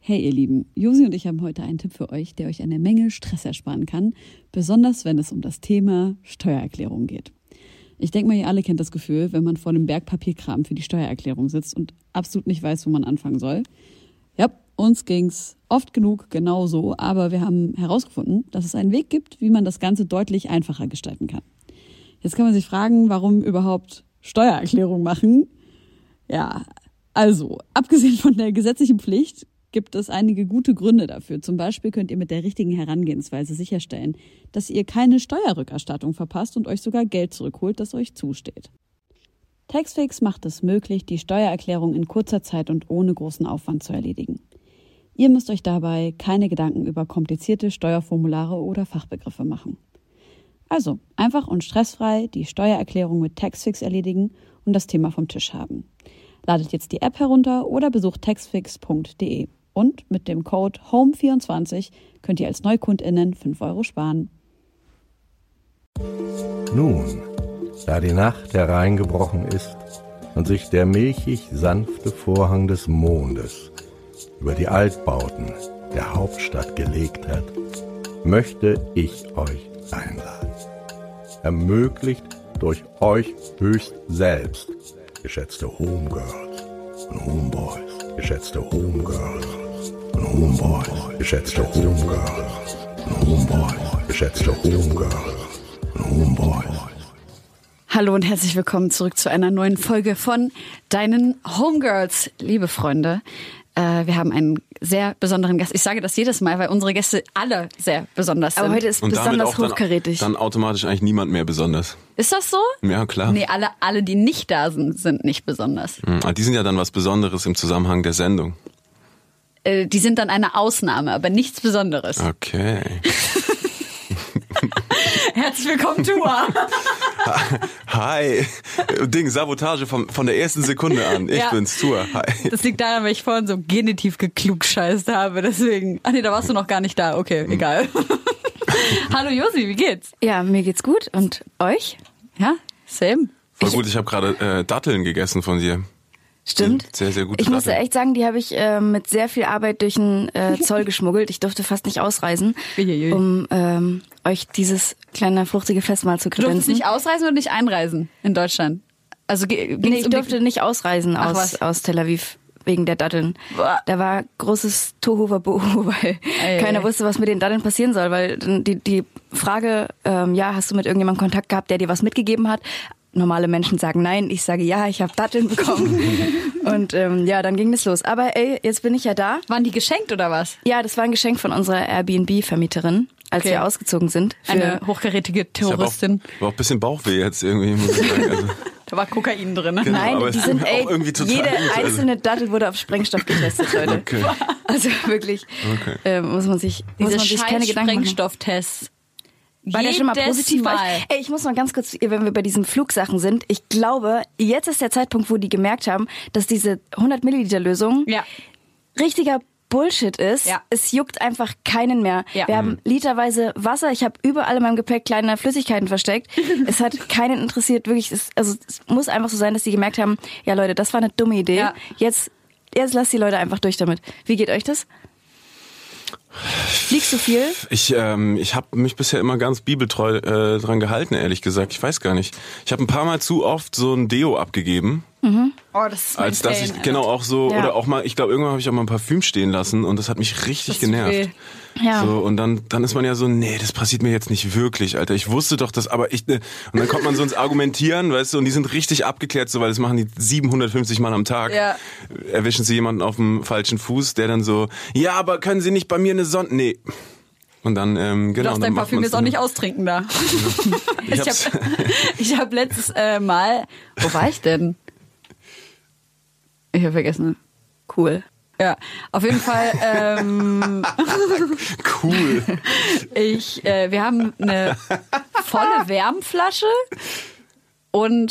Hey ihr Lieben, Josi und ich haben heute einen Tipp für euch, der euch eine Menge Stress ersparen kann, besonders wenn es um das Thema Steuererklärung geht. Ich denke mal, ihr alle kennt das Gefühl, wenn man vor dem Berg Papierkram für die Steuererklärung sitzt und absolut nicht weiß, wo man anfangen soll. Ja, uns ging's oft genug genauso, aber wir haben herausgefunden, dass es einen Weg gibt, wie man das Ganze deutlich einfacher gestalten kann. Jetzt kann man sich fragen, warum überhaupt Steuererklärung machen? Ja, also, abgesehen von der gesetzlichen Pflicht, gibt es einige gute Gründe dafür. Zum Beispiel könnt ihr mit der richtigen Herangehensweise sicherstellen, dass ihr keine Steuerrückerstattung verpasst und euch sogar Geld zurückholt, das euch zusteht. Taxfix macht es möglich, die Steuererklärung in kurzer Zeit und ohne großen Aufwand zu erledigen. Ihr müsst euch dabei keine Gedanken über komplizierte Steuerformulare oder Fachbegriffe machen. Also einfach und stressfrei die Steuererklärung mit Taxfix erledigen und das Thema vom Tisch haben. Ladet jetzt die App herunter oder besucht taxfix.de. Und mit dem Code HOME24 könnt ihr als NeukundInnen 5 € sparen. Nun, da die Nacht hereingebrochen ist und sich der milchig sanfte Vorhang des Mondes über die Altbauten der Hauptstadt gelegt hat, möchte ich euch einladen. Ermöglicht durch euch höchst selbst, geschätzte Homegirls und Homeboys, geschätzte Homegirls und Homeboys, geschätzte Homegirls und Homeboys, geschätzte Homegirls und Homeboys. Hallo und herzlich willkommen zurück zu einer neuen Folge von Deinen Homegirls, liebe Freunde. Wir haben einen sehr besonderen Gast. Ich sage das jedes Mal, weil unsere Gäste alle sehr besonders sind. Aber heute ist und besonders hochkarätig. Dann automatisch eigentlich niemand mehr besonders. Ist das so? Ja, klar. Nee, alle, die nicht da sind, sind nicht besonders. Die sind ja dann was Besonderes im Zusammenhang der Sendung. Die sind dann eine Ausnahme, aber nichts Besonderes. Okay. Herzlich willkommen, Tua. Hi. Sabotage von der ersten Sekunde an. Ich bin's, Tua. Hi. Das liegt daran, weil ich vorhin so genitiv geklugscheißt habe, deswegen. Ach nee, da warst du noch gar nicht da. Okay, egal. Hallo Josi, wie geht's? Ja, mir geht's gut. Und euch? Ja, same. Voll gut, ich habe gerade Datteln gegessen von dir. Stimmt. Sehr, sehr gut. Ich muss echt sagen, die habe ich mit sehr viel Arbeit durch den Zoll geschmuggelt. Ich durfte fast nicht ausreisen, um euch dieses kleine fruchtige Festmahl zu kredenzen. Du durftest nicht ausreisen oder nicht einreisen in Deutschland? Also nee, ich durfte nicht ausreisen aus Tel Aviv wegen der Datteln. Boah. Da war großes Tohuwabohu, weil keiner wusste, was mit den Datteln passieren soll. Weil die Frage, hast du mit irgendjemandem Kontakt gehabt, der dir was mitgegeben hat? Normale Menschen sagen nein, ich sage ja, ich habe Datteln bekommen. Und dann ging das los. Aber jetzt bin ich ja da. Waren die geschenkt oder was? Ja, das war ein Geschenk von unserer Airbnb-Vermieterin, als wir ausgezogen sind. Eine hochkarätige Terroristin. War auch ein bisschen Bauchweh jetzt irgendwie, muss ich sagen. Also. Da war Kokain drin. Genau, nein, die sind irgendwie total jede gut, einzelne Dattel wurde auf Sprengstoff getestet, Leute. Okay. Also wirklich muss man sich keine Gedanken machen. Sprengstofftests. War der schon mal positiv? Ich muss mal ganz kurz, wenn wir bei diesen Flugsachen sind, ich glaube, jetzt ist der Zeitpunkt, wo die gemerkt haben, dass diese 100 Milliliter Lösung richtiger Bullshit ist. Ja. Es juckt einfach keinen mehr. Ja. Wir haben literweise Wasser. Ich habe überall in meinem Gepäck kleine Flüssigkeiten versteckt. Es hat keinen interessiert. Wirklich, es muss einfach so sein, dass die gemerkt haben, ja Leute, das war eine dumme Idee. Ja. Jetzt lasst die Leute einfach durch damit. Wie geht euch das? Fliegst du viel? Ich habe mich bisher immer ganz bibeltreu dran gehalten, ehrlich gesagt. Ich weiß gar nicht. Ich habe ein paar Mal zu oft so ein Deo abgegeben. Mhm. Oh, das ist als dass ich genau auch so oder auch mal, ich glaube irgendwann habe ich auch mal ein Parfüm stehen lassen und das hat mich richtig genervt. Ja. So, und dann ist man ja so, nee, das passiert mir jetzt nicht wirklich, Alter. Ich wusste doch das, aber und dann kommt man so ins Argumentieren, weißt du, und die sind richtig abgeklärt, so, weil das machen die 750 Mal am Tag. Ja. Erwischen sie jemanden auf dem falschen Fuß, der dann so, ja, aber können Sie nicht bei mir eine Sonne? Nee. Und dann, genau. Du darfst dein Parfüm jetzt auch nicht austrinken da. Ich hab letztes Mal, wo war ich denn? Ich habe vergessen. Cool. Ja, auf jeden Fall. Cool. Wir haben eine volle Wärmflasche und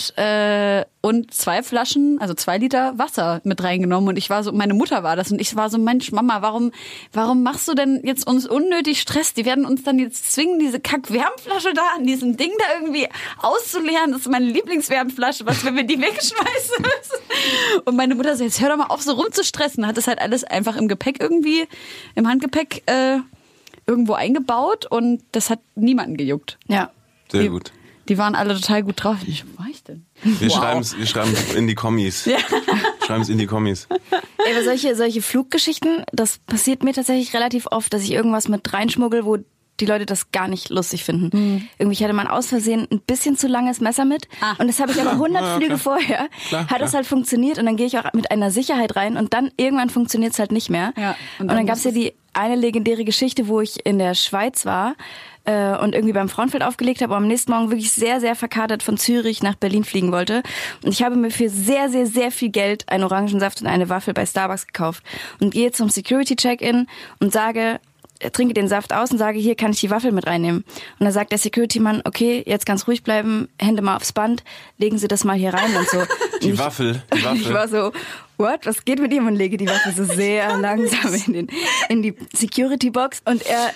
2 Flaschen, also 2 Liter Wasser mit reingenommen. Und ich war so, meine Mutter war das und ich war so, Mensch, Mama, warum machst du denn jetzt uns unnötig Stress? Die werden uns dann jetzt zwingen, diese Kack-Wärmflasche da an diesem Ding da irgendwie auszuleeren. Das ist meine Lieblingswärmflasche, was, wenn wir die wegschmeißen müssen? Und meine Mutter so, jetzt hör doch mal auf, so rumzustressen. Hat das halt alles einfach im Gepäck irgendwie, im Handgepäck irgendwo eingebaut und das hat niemanden gejuckt. Ja. Sehr gut. Die waren alle total gut drauf. Wo war ich denn? Wir schreiben es in die Kommis. Ja. Schreiben es in die Kommis. Aber solche Fluggeschichten, das passiert mir tatsächlich relativ oft, dass ich irgendwas mit reinschmuggel, wo die Leute das gar nicht lustig finden. Irgendwie, ich hatte mal aus Versehen ein bisschen zu langes Messer mit und das habe ich aber 100 Flüge vorher, hat das halt funktioniert und dann gehe ich auch mit einer Sicherheit rein und dann irgendwann funktioniert es halt nicht mehr. Ja, und dann gab es ja die eine legendäre Geschichte, wo ich in der Schweiz war und irgendwie beim Frauenfeld aufgelegt habe, aber am nächsten Morgen wirklich sehr, sehr verkatert von Zürich nach Berlin fliegen wollte. Und ich habe mir für sehr, sehr, sehr viel Geld einen Orangensaft und eine Waffel bei Starbucks gekauft und gehe zum Security-Check-In und trinke den Saft aus und sage, hier kann ich die Waffel mit reinnehmen. Und dann sagt der Security-Mann, okay, jetzt ganz ruhig bleiben, Hände mal aufs Band, legen Sie das mal hier rein und so. Die Waffel. Ich war so, what? Was geht mit ihm? Und lege die Waffel so sehr langsam in die Security-Box und er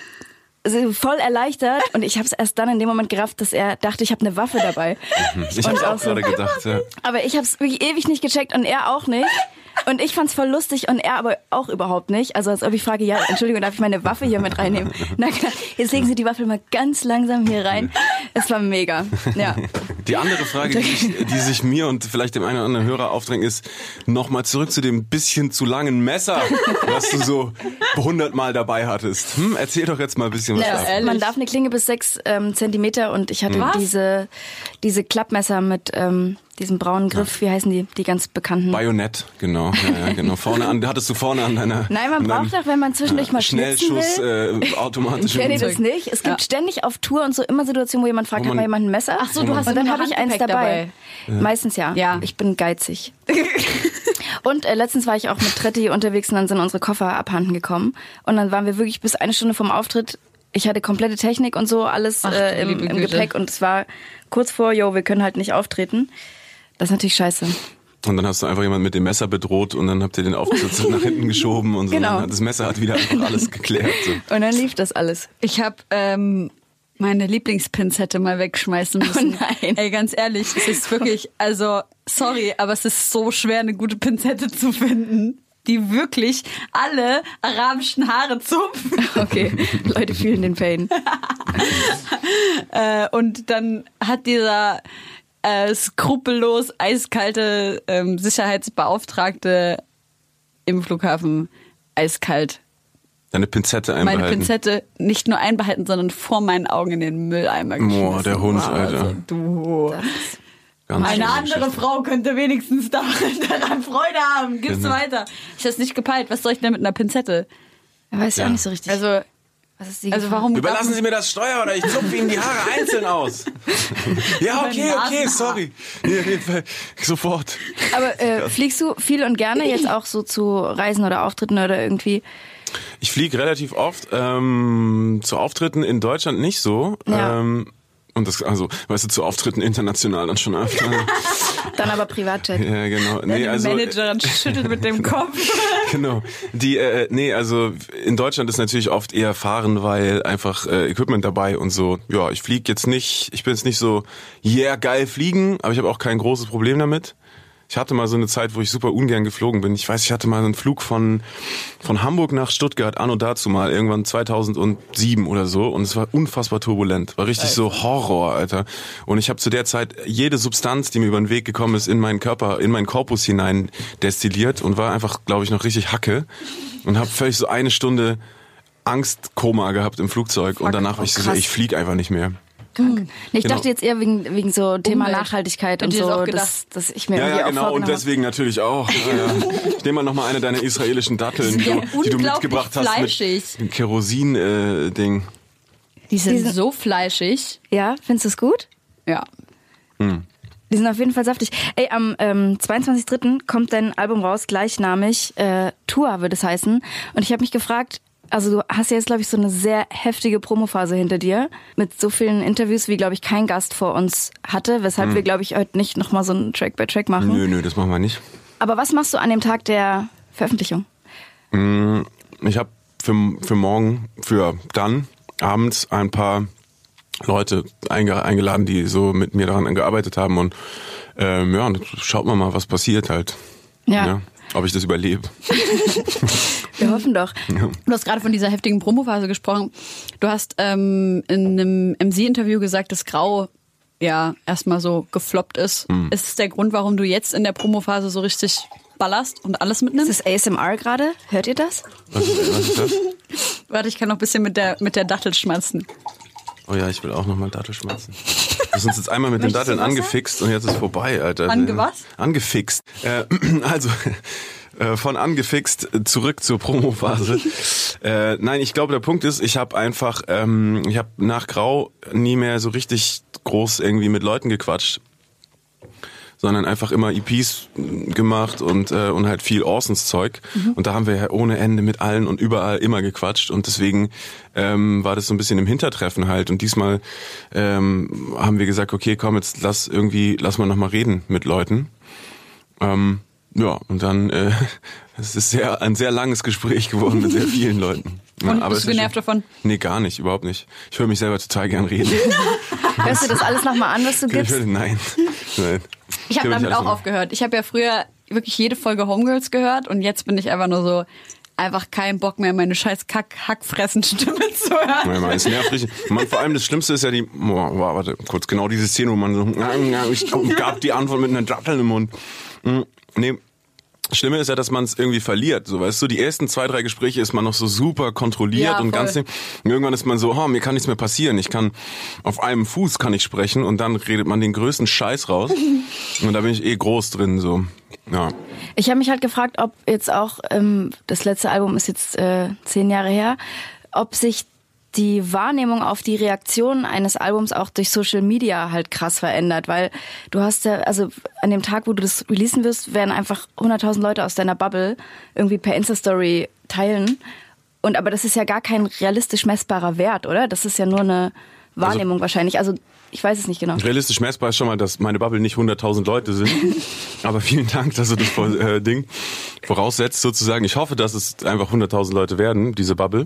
voll erleichtert und ich habe es erst dann in dem Moment gerafft, dass er dachte, ich habe eine Waffe dabei. Ich habe auch gerade gedacht, ja. Aber ich habe es wirklich ewig nicht gecheckt und er auch nicht. Und ich fand's voll lustig und er aber auch überhaupt nicht. Also als ob ich frage, ja, Entschuldigung, darf ich meine Waffe hier mit reinnehmen? Na klar, jetzt legen Sie die Waffel mal ganz langsam hier rein. Es war mega, ja. Die andere Frage, die sich mir und vielleicht dem einen oder anderen Hörer aufdrängt, ist nochmal zurück zu dem bisschen zu langen Messer, was du so 100 Mal dabei hattest. Erzähl doch jetzt mal ein bisschen was davon. Man darf eine Klinge bis 6 Zentimeter und ich hatte diese Klappmesser mit diesem braunen Griff, wie heißen die ganz bekannten? Bajonett, genau. Ja, genau. Hattest du vorne an deiner... Nein, man braucht doch, wenn man zwischendurch mal schnitzen will. Schnellschuss, automatisch. Kennt ihr das nicht? Es gibt ständig auf Tour und so immer Situationen, wo jemand fragt, hat mal jemand ein Messer? Ach so, du hast und dann habe ich eins dabei. Ja. Meistens ja. Ich bin geizig. Und letztens war ich auch mit Tretti unterwegs und dann sind unsere Koffer abhanden gekommen. Und dann waren wir wirklich bis 1 Stunde vom Auftritt. Ich hatte komplette Technik und so, alles im Gepäck. Und es war kurz vor, wir können halt nicht auftreten. Das ist natürlich scheiße. Und dann hast du einfach jemanden mit dem Messer bedroht und dann habt ihr den Auftritt nach hinten geschoben und so. Genau. Und das Messer hat wieder einfach alles geklärt. So. Und dann lief das alles. Ich habe meine Lieblingspinzette mal wegschmeißen müssen. Oh nein. Ey, ganz ehrlich, es ist wirklich, also sorry, aber es ist so schwer, eine gute Pinzette zu finden, die wirklich alle arabischen Haare zupft. Okay, Leute fühlen den Pain. Und dann hat dieser skrupellos eiskalte Sicherheitsbeauftragte im Flughafen eiskalt deine Pinzette einbehalten. Meine Pinzette nicht nur einbehalten, sondern vor meinen Augen in den Mülleimer geschmissen. Boah, der Hund, Alter. Also, du. Ganz eine andere Frau könnte wenigstens daran Freude haben. Gib's weiter. Ich hab's nicht gepeilt. Was soll ich denn mit einer Pinzette? Weiß ich auch nicht so richtig. Also warum? Überlassen Sie mir das Steuer oder ich zupfe Ihnen die Haare einzeln aus. Ja, okay, sorry. Sofort. Aber fliegst du viel und gerne jetzt auch so zu Reisen oder Auftritten oder irgendwie? Ich fliege relativ oft. Zu Auftritten in Deutschland nicht so. Ja. Und das, also, weißt du, zu Auftritten international dann schon öfter. Dann aber Privatjet. Ja, genau. Die Managerin schüttelt mit dem Kopf. Genau. Also in Deutschland ist natürlich oft eher fahren, weil einfach Equipment dabei und so. Ja, ich bin jetzt nicht so, geil fliegen, aber ich habe auch kein großes Problem damit. Ich hatte mal so eine Zeit, wo ich super ungern geflogen bin. Ich hatte mal einen Flug von Hamburg nach Stuttgart, anno dazu mal, irgendwann 2007 oder so. Und es war unfassbar turbulent. War richtig so Horror, Alter. Und ich habe zu der Zeit jede Substanz, die mir über den Weg gekommen ist, in meinen Körper, in meinen Korpus hinein destilliert und war einfach, glaube ich, noch richtig Hacke. Und habe völlig so 1 Stunde Angstkoma gehabt im Flugzeug. Und danach war ich so, ich fliege einfach nicht mehr. Ich dachte jetzt eher wegen so Thema Umwelt. Nachhaltigkeit und so, dass ich mir ja, genau, und deswegen natürlich auch. Ich nehme mal nochmal eine deiner israelischen Datteln, die du mitgebracht fleischig. Hast mit Kerosin-Ding. Die sind so fleischig. Ja, findest du es gut? Ja. Die sind auf jeden Fall saftig. Ey, am 22.03. kommt dein Album raus, gleichnamig. Tour wird es heißen. Und ich habe mich gefragt, Also du hast ja jetzt, glaube ich, so eine sehr heftige Promophase hinter dir mit so vielen Interviews, wie, glaube ich, kein Gast vor uns hatte, weshalb wir, glaube ich, heute nicht nochmal so einen Track-by-Track machen. Nö, das machen wir nicht. Aber was machst du an dem Tag der Veröffentlichung? Ich habe für morgen, für dann abends ein paar Leute eingeladen, die so mit mir daran gearbeitet haben und und schaut mal, was passiert halt. Ja. Ob ich das überlebe. Wir hoffen doch. Ja. Du hast gerade von dieser heftigen Promophase gesprochen. Du hast in einem MC-Interview gesagt, dass Grau ja erstmal so gefloppt ist. Ist es der Grund, warum du jetzt in der Promophase so richtig ballerst und alles mitnimmst? Ist das ASMR gerade? Hört ihr das? Was ist das? Warte, ich kann noch ein bisschen mit der Dattel schmatzen. Oh ja, ich will auch nochmal Dattel schmatzen. Wir sind uns jetzt einmal mit den Datteln angefixt und jetzt ist vorbei, Alter. Was? Angefixt. Von angefixt zurück zur Promophase. Nein, ich glaube, der Punkt ist, ich habe einfach, ich habe nach Grau nie mehr so richtig groß irgendwie mit Leuten gequatscht, sondern einfach immer EPs gemacht und halt viel Orsons-Zeug. Und da haben wir ja ohne Ende mit allen und überall immer gequatscht und deswegen war das so ein bisschen im Hintertreffen halt. Und diesmal haben wir gesagt, okay, komm, jetzt lass mal nochmal reden mit Leuten. Und dann es ist ein sehr langes Gespräch geworden mit sehr vielen Leuten. Ja, und aber bist du genervt davon? Nee, gar nicht, überhaupt nicht. Ich höre mich selber total gern reden. Hörst du das alles nochmal an, was du gibst? Nein. Ich habe damit auch aufgehört. Ich habe ja früher wirklich jede Folge Homegirls gehört und jetzt bin ich einfach nur so, einfach keinen Bock mehr, meine scheiß Hackfressen-Stimme zu hören. Ja, es nervt richtig. Vor allem das Schlimmste ist ja warte, kurz, genau diese Szene, wo man so, ich gab die Antwort mit einer Dattel im Mund. Nee. Schlimme ist ja, dass man es irgendwie verliert, so, weißt du, die ersten 2, 3 Gespräche ist man noch so super kontrolliert und ganz, und irgendwann ist man so, mir kann nichts mehr passieren, ich kann, auf einem Fuß kann ich sprechen und dann redet man den größten Scheiß raus und da bin ich groß drin, so, ja. Ich habe mich halt gefragt, ob jetzt auch, das letzte Album ist jetzt 10 Jahre her, ob sich die Wahrnehmung auf die Reaktion eines Albums auch durch Social Media halt krass verändert, weil du hast ja, also an dem Tag, wo du das releasen wirst, werden einfach 100.000 Leute aus deiner Bubble irgendwie per Insta-Story teilen. Aber das ist ja gar kein realistisch messbarer Wert, oder? Das ist ja nur eine Wahrnehmung wahrscheinlich. Also ich weiß es nicht genau. Realistisch messbar ist schon mal, dass meine Bubble nicht 100.000 Leute sind. Aber vielen Dank, dass du das Ding voraussetzt sozusagen. Ich hoffe, dass es einfach 100.000 Leute werden, diese Bubble.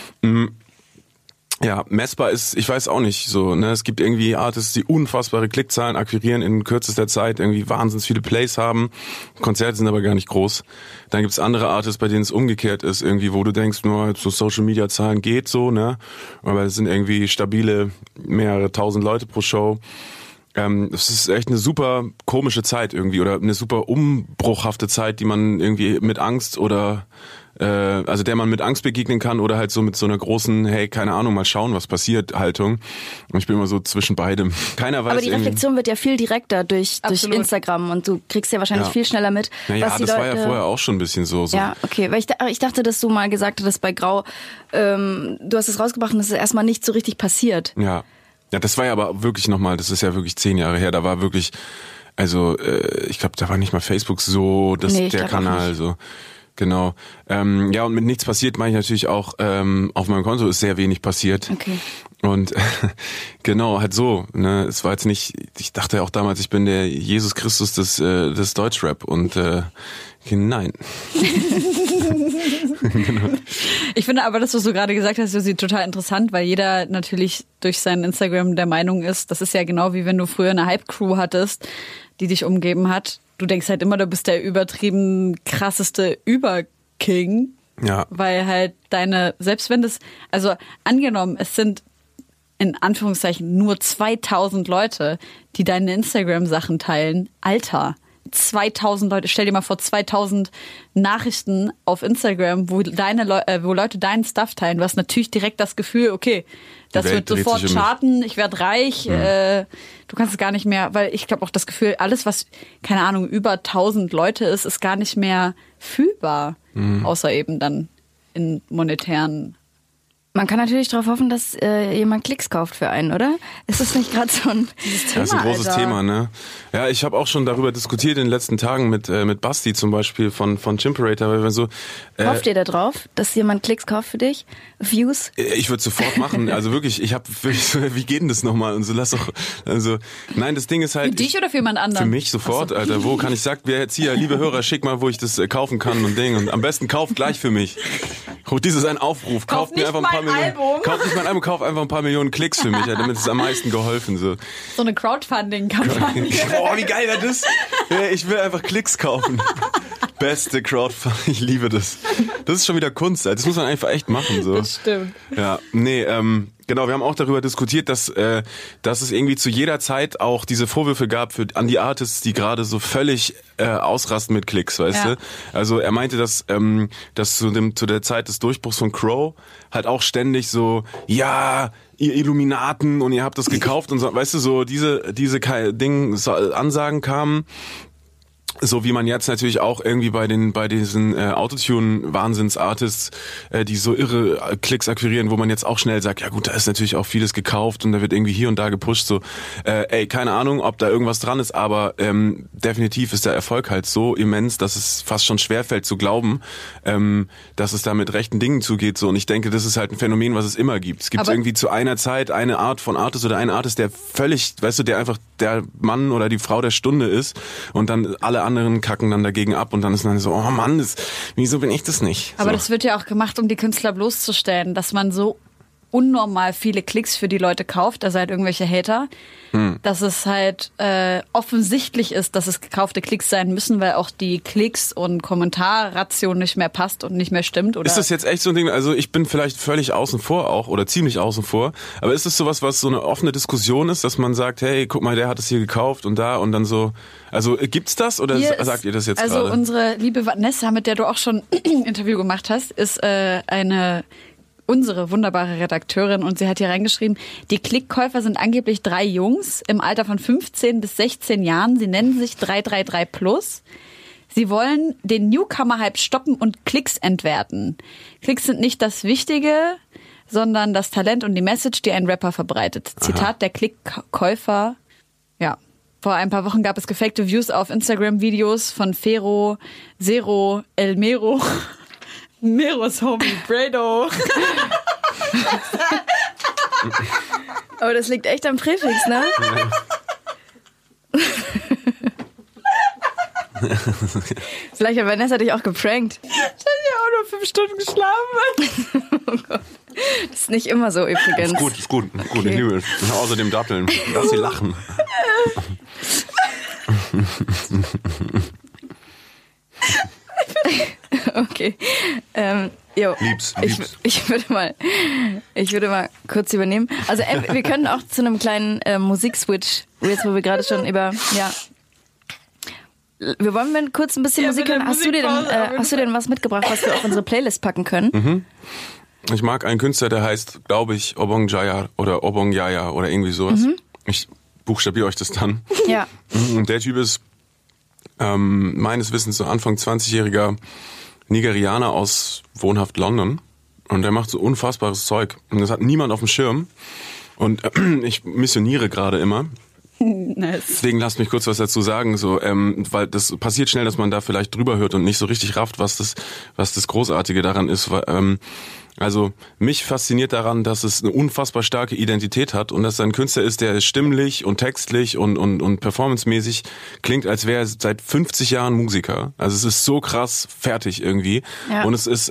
Ja, messbar ist, ich weiß auch nicht so, ne, es gibt irgendwie Artists, die unfassbare Klickzahlen akquirieren in kürzester Zeit, irgendwie wahnsinnig viele Plays haben, Konzerte sind aber gar nicht groß. Dann gibt's andere Artists, bei denen es umgekehrt ist, irgendwie, wo du denkst, nur so Social Media Zahlen geht so, ne, aber es sind irgendwie stabile mehrere tausend Leute pro Show. Es ist echt eine super komische Zeit irgendwie oder eine super umbruchhafte Zeit, die man irgendwie mit Angst oder also der man mit Angst begegnen kann oder halt so mit so einer großen, hey, keine Ahnung, mal schauen, was passiert, Haltung. Und ich bin immer so zwischen beidem. Keiner weiß. Aber die Reflexion wird ja viel direkter durch Instagram und du kriegst ja wahrscheinlich viel schneller mit, was die Leute... war ja vorher auch schon ein bisschen so. Ja, okay, weil ich dachte, dass du mal gesagt hattest bei Grau, du hast es rausgebracht und es ist erstmal nicht so richtig passiert. Ja, das war ja aber wirklich nochmal, das ist ja wirklich 10 Jahre her, da war wirklich, also ich glaube, da war nicht mal Facebook so, der Kanal so. Genau. Und mit nichts passiert meine ich natürlich auch, auf meinem Konto ist sehr wenig passiert. Okay. Und genau, halt so. Ne? Es war jetzt nicht, ich dachte ja auch damals, ich bin der Jesus Christus des Deutschrap und nein. Genau. Ich finde aber, dass du so gerade gesagt hast, Josi, total interessant, weil jeder natürlich durch sein Instagram der Meinung ist, das ist ja genau wie wenn du früher eine Hype-Crew hattest, die dich umgeben hat. Du denkst halt immer, du bist der übertrieben krasseste Überking. Ja. Weil halt selbst wenn das, also angenommen, es sind in Anführungszeichen nur 2000 Leute, die deine Instagram-Sachen teilen. Alter, 2000 Leute, stell dir mal vor, 2000 Nachrichten auf Instagram, wo Leute deinen Stuff teilen. Du hast natürlich direkt das Gefühl, okay, das wird sofort charten, ich werde reich, du kannst es gar nicht mehr, weil ich glaube auch das Gefühl, alles was, keine Ahnung, über 1000 Leute ist gar nicht mehr fühlbar, außer eben dann in monetären Man kann natürlich darauf hoffen, dass jemand Klicks kauft für einen, oder? Ist das nicht gerade so ein Thema? Das ist ein großes Thema, ne? Ja, ich habe auch schon darüber diskutiert in den letzten Tagen mit Basti zum Beispiel von Chimperator, weil wir so. Hofft ihr da drauf, dass jemand Klicks kauft für dich? Views? Ich würde sofort machen. Also wirklich, ich habe wirklich so, wie geht denn das nochmal? Und so lass doch. Also nein, das Ding ist halt. Für dich oder für jemand anderen? Für mich sofort, so. Alter. Wo kann ich sagen, wer jetzt hier, liebe Hörer, schick mal, wo ich das kaufen kann und Ding. Und am besten kauft gleich für mich. Dies ist ein Aufruf. Kauft mir einfach ein paar Millionen. Kauft nicht mein Album, kauft einfach ein paar Millionen Klicks für mich, ja, damit es am meisten geholfen. So eine Crowdfunding-Kampagne. Oh, wie geil wäre das? Ich will einfach Klicks kaufen. Beste Crowdfunding, ich liebe das. Das ist schon wieder Kunst, das muss man einfach echt machen. So. Das stimmt. Ja, nee, genau, wir haben auch darüber diskutiert, dass es irgendwie zu jeder Zeit auch diese Vorwürfe gab an die Artists, die gerade so völlig ausrasten mit Klicks, weißt du? Also er meinte, dass zu der Zeit des Durchbruchs von Crow halt auch ständig so, ja, ihr Illuminaten und ihr habt das gekauft und so, weißt du, so diese Ansagen kamen. So wie man jetzt natürlich auch irgendwie bei diesen Autotune-Wahnsinns-Artists, die so irre Klicks akquirieren, wo man jetzt auch schnell sagt, ja gut, da ist natürlich auch vieles gekauft und da wird irgendwie hier und da gepusht. So, keine Ahnung, ob da irgendwas dran ist, aber definitiv ist der Erfolg halt so immens, dass es fast schon schwerfällt zu glauben, dass es da mit rechten Dingen zugeht. So, und ich denke, das ist halt ein Phänomen, was es immer gibt. Es gibt irgendwie zu einer Zeit eine Art von Artist oder einen Artist, der völlig, weißt du, der einfach der Mann oder die Frau der Stunde ist und dann alle anderen kacken dann dagegen ab und dann ist man so, oh Mann, wieso bin ich das nicht? Aber so. Das wird ja auch gemacht, um die Künstler bloßzustellen, dass man so unnormal viele Klicks für die Leute kauft, also halt irgendwelche Hater, dass es halt offensichtlich ist, dass es gekaufte Klicks sein müssen, weil auch die Klicks- und Kommentarration nicht mehr passt und nicht mehr stimmt. Oder? Ist das jetzt echt so ein Ding, also ich bin vielleicht völlig außen vor auch oder ziemlich außen vor, aber ist das sowas, was so eine offene Diskussion ist, dass man sagt, hey, guck mal, der hat es hier gekauft und da und dann so, also gibt's das oder sagt ihr das jetzt gerade? Also unsere liebe Vanessa, mit der du auch schon ein Interview gemacht hast, ist unsere wunderbare Redakteurin und sie hat hier reingeschrieben, die Klickkäufer sind angeblich 3 Jungs im Alter von 15 bis 16 Jahren. Sie nennen sich 333+. Sie wollen den Newcomer-Hype stoppen und Klicks entwerten. Klicks sind nicht das Wichtige, sondern das Talent und die Message, die ein Rapper verbreitet. Zitat der Klickkäufer. Ja. Vor ein paar Wochen gab es gefakte Views auf Instagram-Videos von Fero, Zero, El Mero, Meros Homie, Bredo. Aber das liegt echt am Präfix, ne? Vielleicht hat Vanessa dich auch geprankt. Ich habe ja auch nur 5 Stunden geschlafen. Oh Gott. Das ist nicht immer so übrigens. Ist gut. Okay. Ich liebe es. Außerdem Datteln. Lass sie lachen. Okay. Lieb's. Ich würde mal kurz übernehmen. Also wir können auch zu einem kleinen Musikswitch, jetzt wo wir gerade schon wir wollen kurz ein bisschen Musik hören. Hast du denn was mitgebracht, was wir auf unsere Playlist packen können? Mhm. Ich mag einen Künstler, der heißt, glaube ich, Obong Jaya oder Obong Yaya oder irgendwie sowas. Mhm. Ich buchstabiere euch das dann. Ja. Und der Typ ist meines Wissens so Anfang 20-jähriger Nigerianer aus wohnhaft London. Und der macht so unfassbares Zeug. Und das hat niemand auf dem Schirm. Und ich missioniere gerade immer. Nice. Deswegen lasst mich kurz was dazu sagen, so, weil das passiert schnell, dass man da vielleicht drüber hört und nicht so richtig rafft, was das Großartige daran ist. Also mich fasziniert daran, dass es eine unfassbar starke Identität hat und dass er ein Künstler ist, der stimmlich und textlich und performancemäßig klingt, als wäre er seit 50 Jahren Musiker. Also es ist so krass fertig irgendwie. Ja. Und es ist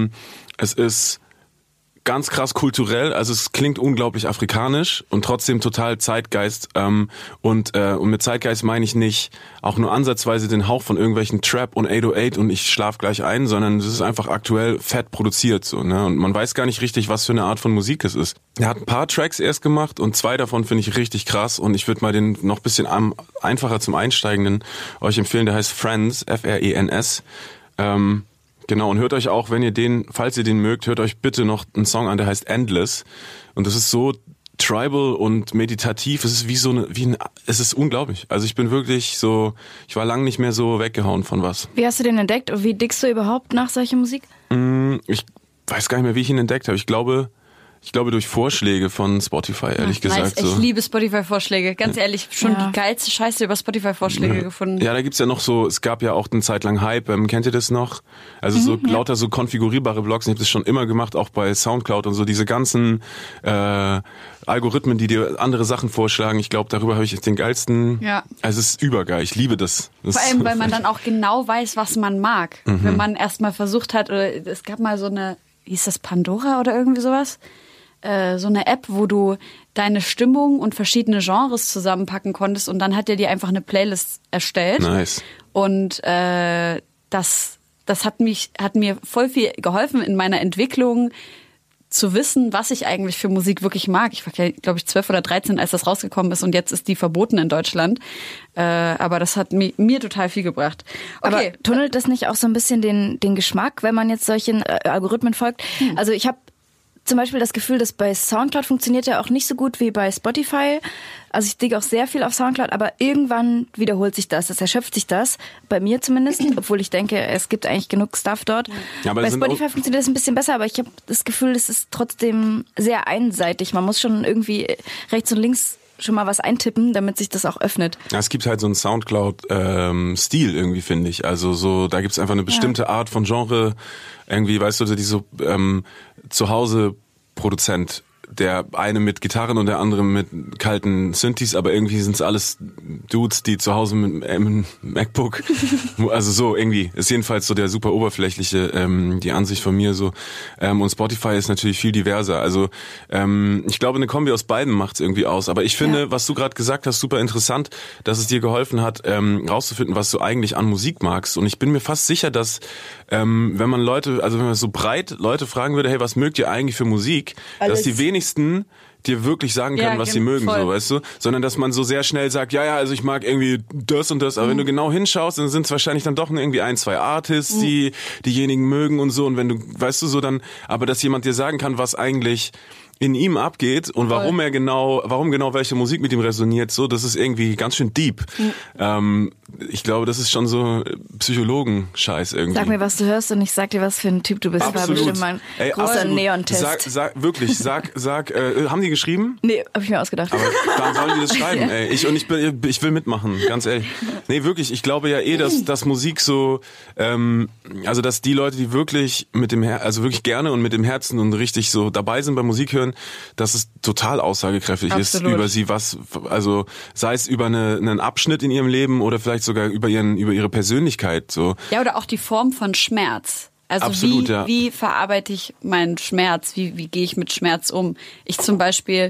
ganz krass kulturell, also es klingt unglaublich afrikanisch und trotzdem total Zeitgeist. Und mit Zeitgeist meine ich nicht auch nur ansatzweise den Hauch von irgendwelchen Trap und 808 und ich schlaf gleich ein, sondern es ist einfach aktuell fett produziert so, ne? Und man weiß gar nicht richtig, was für eine Art von Musik es ist. Er hat ein paar Tracks erst gemacht und 2 davon finde ich richtig krass und ich würde mal den noch ein bisschen einfacher zum Einsteigenden euch empfehlen, der heißt Friends, F-R-E-N-S. Genau, und hört euch auch, falls ihr den mögt, hört euch bitte noch einen Song an, der heißt Endless. Und das ist so tribal und meditativ. Es ist es ist unglaublich. Also ich bin wirklich so, ich war lange nicht mehr so weggehauen von was. Wie hast du den entdeckt und wie dickst du überhaupt nach solcher Musik? Ich weiß gar nicht mehr, wie ich ihn entdeckt habe. Ich glaube, Ich glaube durch Vorschläge von Spotify, ehrlich gesagt. Ich liebe Spotify-Vorschläge. Ganz ehrlich, schon die geilste Scheiße über Spotify-Vorschläge gefunden. Ja, da gibt's ja noch so, es gab ja auch eine Zeit lang Hype, kennt ihr das noch? Also so lauter so konfigurierbare Blogs, ich habe das schon immer gemacht, auch bei Soundcloud und so, diese ganzen Algorithmen, die dir andere Sachen vorschlagen. Ich glaube, darüber habe ich jetzt den geilsten. Ja. Also es ist übergeil, ich liebe das. Vor allem, weil man dann auch genau weiß, was man mag. Wenn man erstmal versucht hat, oder es gab mal so eine, hieß das Pandora oder irgendwie sowas? So eine App, wo du deine Stimmung und verschiedene Genres zusammenpacken konntest und dann hat er dir einfach eine Playlist erstellt. Nice. Und das hat mir voll viel geholfen in meiner Entwicklung, zu wissen, was ich eigentlich für Musik wirklich mag. Ich war, glaube ich, 12 oder 13, als das rausgekommen ist und jetzt ist die verboten in Deutschland. Aber das hat mir total viel gebracht. Okay. Aber tunnelt das nicht auch so ein bisschen den Geschmack, wenn man jetzt solchen Algorithmen folgt? Also ich habe zum Beispiel das Gefühl, dass bei Soundcloud funktioniert ja auch nicht so gut wie bei Spotify. Also ich digge auch sehr viel auf Soundcloud, aber irgendwann wiederholt sich das. Es erschöpft sich das, bei mir zumindest, obwohl ich denke, es gibt eigentlich genug Stuff dort. Ja, bei Spotify funktioniert das ein bisschen besser, aber ich habe das Gefühl, es ist trotzdem sehr einseitig. Man muss schon irgendwie rechts und links schon mal was eintippen, damit sich das auch öffnet. Ja, es gibt halt so einen Soundcloud-Stil irgendwie, finde ich. Also so, da gibt's einfach eine bestimmte Art von Genre, irgendwie, weißt du, die so zu Hause Produzent, der eine mit Gitarren und der andere mit kalten Synthes, aber irgendwie sind's alles Dudes, die zu Hause mit einem MacBook, also so irgendwie, ist jedenfalls so der super oberflächliche, die Ansicht von mir so, und Spotify ist natürlich viel diverser, also ich glaube eine Kombi aus beiden macht's irgendwie aus, aber ich finde, was du gerade gesagt hast, super interessant, dass es dir geholfen hat, rauszufinden, was du eigentlich an Musik magst, und ich bin mir fast sicher, dass wenn man so breit Leute fragen würde, hey, was mögt ihr eigentlich für Musik, dass die wenigsten dir wirklich sagen können, was sie mögen, so, weißt du? Sondern, dass man so sehr schnell sagt, ja, also ich mag irgendwie das und das, aber wenn du genau hinschaust, dann sind es wahrscheinlich dann doch irgendwie 1, 2 Artists, die diejenigen mögen und so, und wenn du, weißt du, so dann, aber dass jemand dir sagen kann, was eigentlich in ihm abgeht und warum genau welche Musik mit ihm resoniert, so, das ist irgendwie ganz schön deep. Ich glaube, das ist schon so Psychologen-Scheiß irgendwie. Sag mir, was du hörst und ich sag dir, was für ein Typ du bist. Absolut. War bestimmt mal ein großer Neon-Test. Sag, haben die geschrieben? Nee, hab ich mir ausgedacht. Aber dann sollen die das schreiben, ey. Ich will mitmachen, ganz ehrlich. Nee, wirklich, ich glaube ja dass Musik so, also dass die Leute, die wirklich also wirklich gerne und mit dem Herzen und richtig so dabei sind beim Musik hören, dass es total aussagekräftig ist über sie, also sei es über einen Abschnitt in ihrem Leben oder vielleicht sogar über ihre Persönlichkeit, so. Ja, oder auch die Form von Schmerz. Also absolut, wie verarbeite ich meinen Schmerz? Wie gehe ich mit Schmerz um? Ich zum Beispiel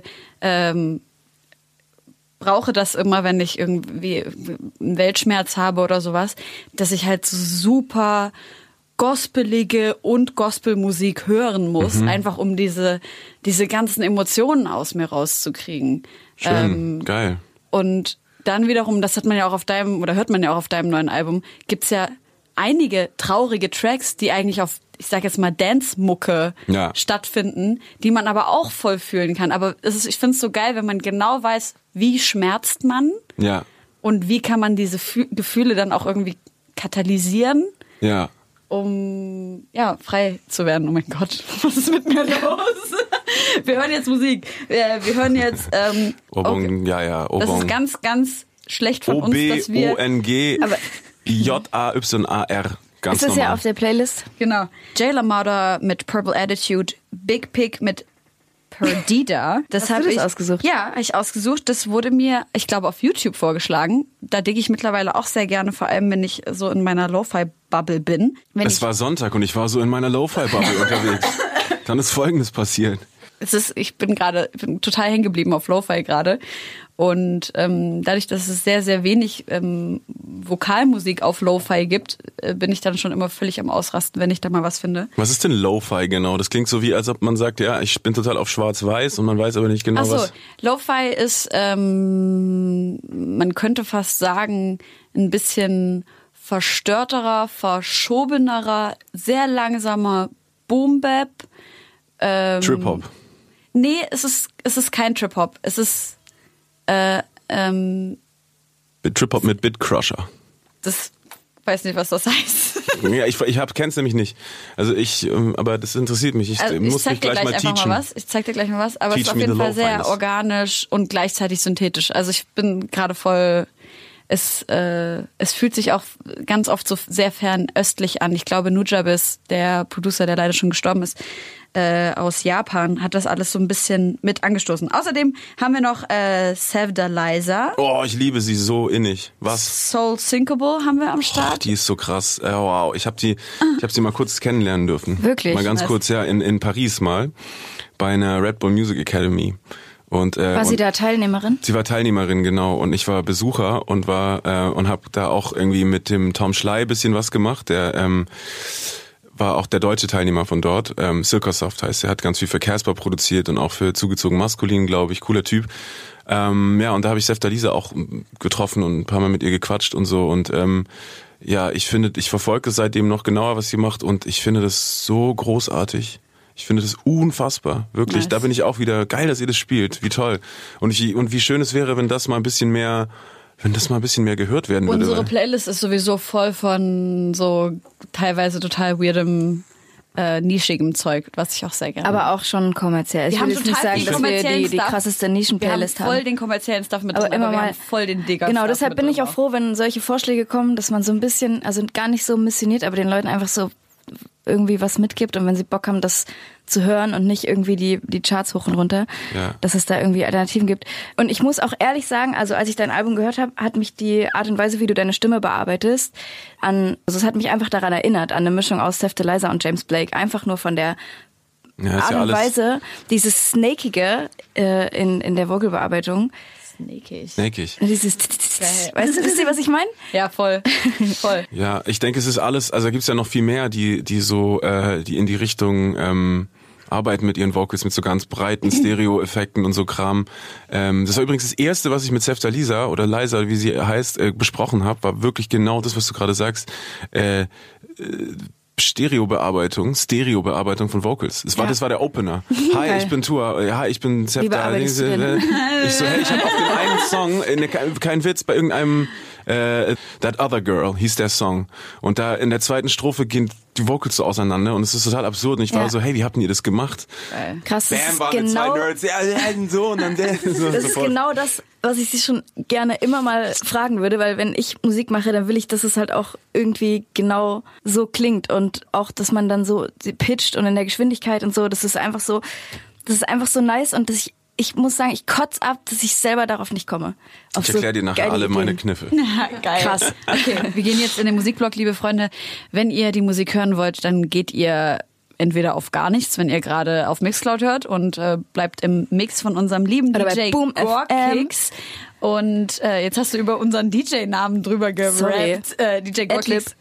brauche das immer, wenn ich irgendwie einen Weltschmerz habe oder sowas, dass ich halt so super gospelige und Gospelmusik hören muss, einfach um diese ganzen Emotionen aus mir rauszukriegen. Schön, geil. Und dann wiederum, das hört man ja auch auf deinem neuen Album, gibt's ja einige traurige Tracks, die eigentlich auf, ich sag jetzt mal, Dance-Mucke stattfinden, die man aber auch voll fühlen kann. Aber ich find's so geil, wenn man genau weiß, wie schmerzt man und wie kann man diese Gefühle dann auch irgendwie katalysieren. Ja. Um frei zu werden. Oh mein Gott, was ist mit mir los? Wir hören jetzt Musik. Wir hören jetzt Obong, Obong. Das ist ganz, ganz schlecht von uns, dass wir O-B-O-N-G J-A-Y-A-R. Ganz ist das ja auf der Playlist? Genau. Jay LaMotta mit Purple Attitude, Big Pig mit Perdida. Das habe ich ausgesucht. Ja, habe ich ausgesucht. Das wurde mir, ich glaube, auf YouTube vorgeschlagen. Da digge ich mittlerweile auch sehr gerne, vor allem wenn ich so in meiner Lo-Fi-Bubble bin. Es war Sonntag und ich war so in meiner Lo-Fi-Bubble unterwegs. Dann ist Folgendes passiert. Ich bin total hängen geblieben auf Lo-Fi gerade. Und dadurch, dass es sehr, sehr wenig Vokalmusik auf Lo-Fi gibt, bin ich dann schon immer völlig am Ausrasten, wenn ich da mal was finde. Was ist denn Lo-Fi genau? Das klingt so wie, als ob man sagt, ja, ich bin total auf Schwarz-Weiß und man weiß aber nicht genau, was. Lo-Fi ist, man könnte fast sagen, ein bisschen verstörterer, verschobenerer, sehr langsamer Boom-Bap. Trip-Hop. Nee, es ist kein Trip-Hop. Es ist Trip-Hop mit Bitcrusher. Das weiß nicht, was das heißt. Ja, ich kenn's nämlich nicht. Also aber das interessiert mich. Ich muss mich gleich mal teachen. Ich zeig dir gleich mal was. Aber es ist auf jeden Fall sehr organisch und gleichzeitig synthetisch. Also ich bin gerade voll... Es fühlt sich auch ganz oft so sehr fernöstlich an. Ich glaube, Nujabes, der Producer, der leider schon gestorben ist, aus Japan, hat das alles so ein bisschen mit angestoßen. Außerdem haben wir noch Sevda Liza. Oh, ich liebe sie so innig. Was? Soul Sinkable haben wir am Start. Oh, die ist so krass. Wow, ich hab sie mal kurz kennenlernen dürfen. Wirklich? Mal ganz kurz, ja, in Paris mal bei einer Red Bull Music Academy. War sie da Teilnehmerin? Sie war Teilnehmerin, genau. Und ich war Besucher und habe da auch irgendwie mit dem Tom Schley bisschen was gemacht. Der war auch der deutsche Teilnehmer von dort. Silkersoft heißt er, hat ganz viel für Casper produziert und auch für Zugezogen Maskulin, glaube ich. Cooler Typ. Und da habe ich Sevda Liza auch getroffen und ein paar Mal mit ihr gequatscht und so. Und ich verfolge seitdem noch genauer, was sie macht. Und ich finde das so großartig. Ich finde das unfassbar, wirklich. Nice. Da bin ich auch wieder geil, dass ihr das spielt. Wie toll. Und wie schön es wäre, wenn das mal ein bisschen mehr gehört werden würde. Unsere Playlist ist sowieso voll von so teilweise total weirdem, nischigem Zeug, was ich auch sehr gerne. Aber auch schon kommerziell. Ich will jetzt nicht sagen, dass wir die krasseste Nischen-Playlist haben. Wir haben voll den kommerziellen Stuff mit drin, aber wir haben voll den Digger-Stuff. Genau, deshalb bin ich auch froh, wenn solche Vorschläge kommen, dass man so ein bisschen, also gar nicht so missioniert, aber den Leuten einfach so irgendwie was mitgibt und wenn sie Bock haben, das zu hören und nicht irgendwie die Charts hoch und runter, dass es da irgendwie Alternativen gibt. Und ich muss auch ehrlich sagen, also als ich dein Album gehört habe, hat mich die Art und Weise, wie du deine Stimme bearbeitest, es hat mich einfach daran erinnert, an eine Mischung aus Sevda Liza und James Blake, einfach nur von der Art und Weise, dieses Snakige in der Vocalbearbeitung. Snakig. Dieses weißt du, wisst ihr, was ich meine? Ja, voll. Ja, ich denke, es ist alles, also da gibt's ja noch viel mehr, die in die Richtung arbeiten mit ihren Vocals, mit so ganz breiten Stereo-Effekten und so Kram. Das war übrigens das erste, was ich mit Sevda Liza oder Liza, wie sie heißt, besprochen habe, war wirklich genau das, was du gerade sagst. Stereobearbeitung von Vocals. Das war der Opener. Hi, ich bin Tua. Hi, ich bin Sevda. Ich so, hey, ich habe auf dem einen Song, kein Witz, bei irgendeinem That Other Girl hieß der Song. Und da in der zweiten Strophe gehen die Vocals so auseinander und es ist total absurd. Und ich war so, hey, wie habt ihr das gemacht? Krass, das Bam, waren genau, zwei Nerds, so und dann der. So das ist genau das, was ich sie schon gerne immer mal fragen würde, weil wenn ich Musik mache, dann will ich, dass es halt auch irgendwie genau so klingt und auch, dass man dann so pitcht und in der Geschwindigkeit und so, das ist einfach so nice und dass ich muss sagen, ich kotz ab, dass ich selber darauf nicht komme. Ich erkläre dir nachher alle meine Kniffe. Geil. Krass. Okay, wir gehen jetzt in den Musikblog, liebe Freunde. Wenn ihr die Musik hören wollt, dann geht ihr entweder auf gar nichts, wenn ihr gerade auf Mixcloud hört und bleibt im Mix von unserem lieben DJ Gorkix. Und jetzt hast du über unseren DJ-Namen drüber gerappt. DJ Gorkix.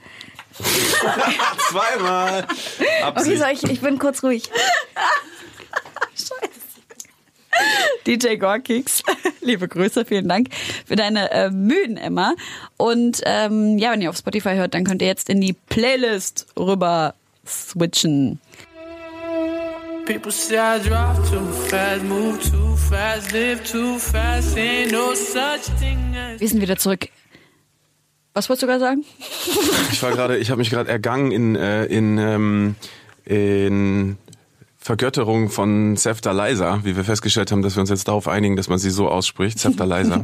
Zweimal. Okay, so, ich bin kurz ruhig. Scheiße. DJ Gorkix, liebe Grüße, vielen Dank für deine Mühen, Emma. Und wenn ihr auf Spotify hört, dann könnt ihr jetzt in die Playlist rüber switchen. People say I drive too fast, move too fast, live too fast, ain't no such thing as... Wir sind wieder zurück. Was wolltest du gerade sagen? Ich habe mich gerade ergangen in Vergötterung von Sevda Liza, wie wir festgestellt haben, dass wir uns jetzt darauf einigen, dass man sie so ausspricht, Sevda Liza.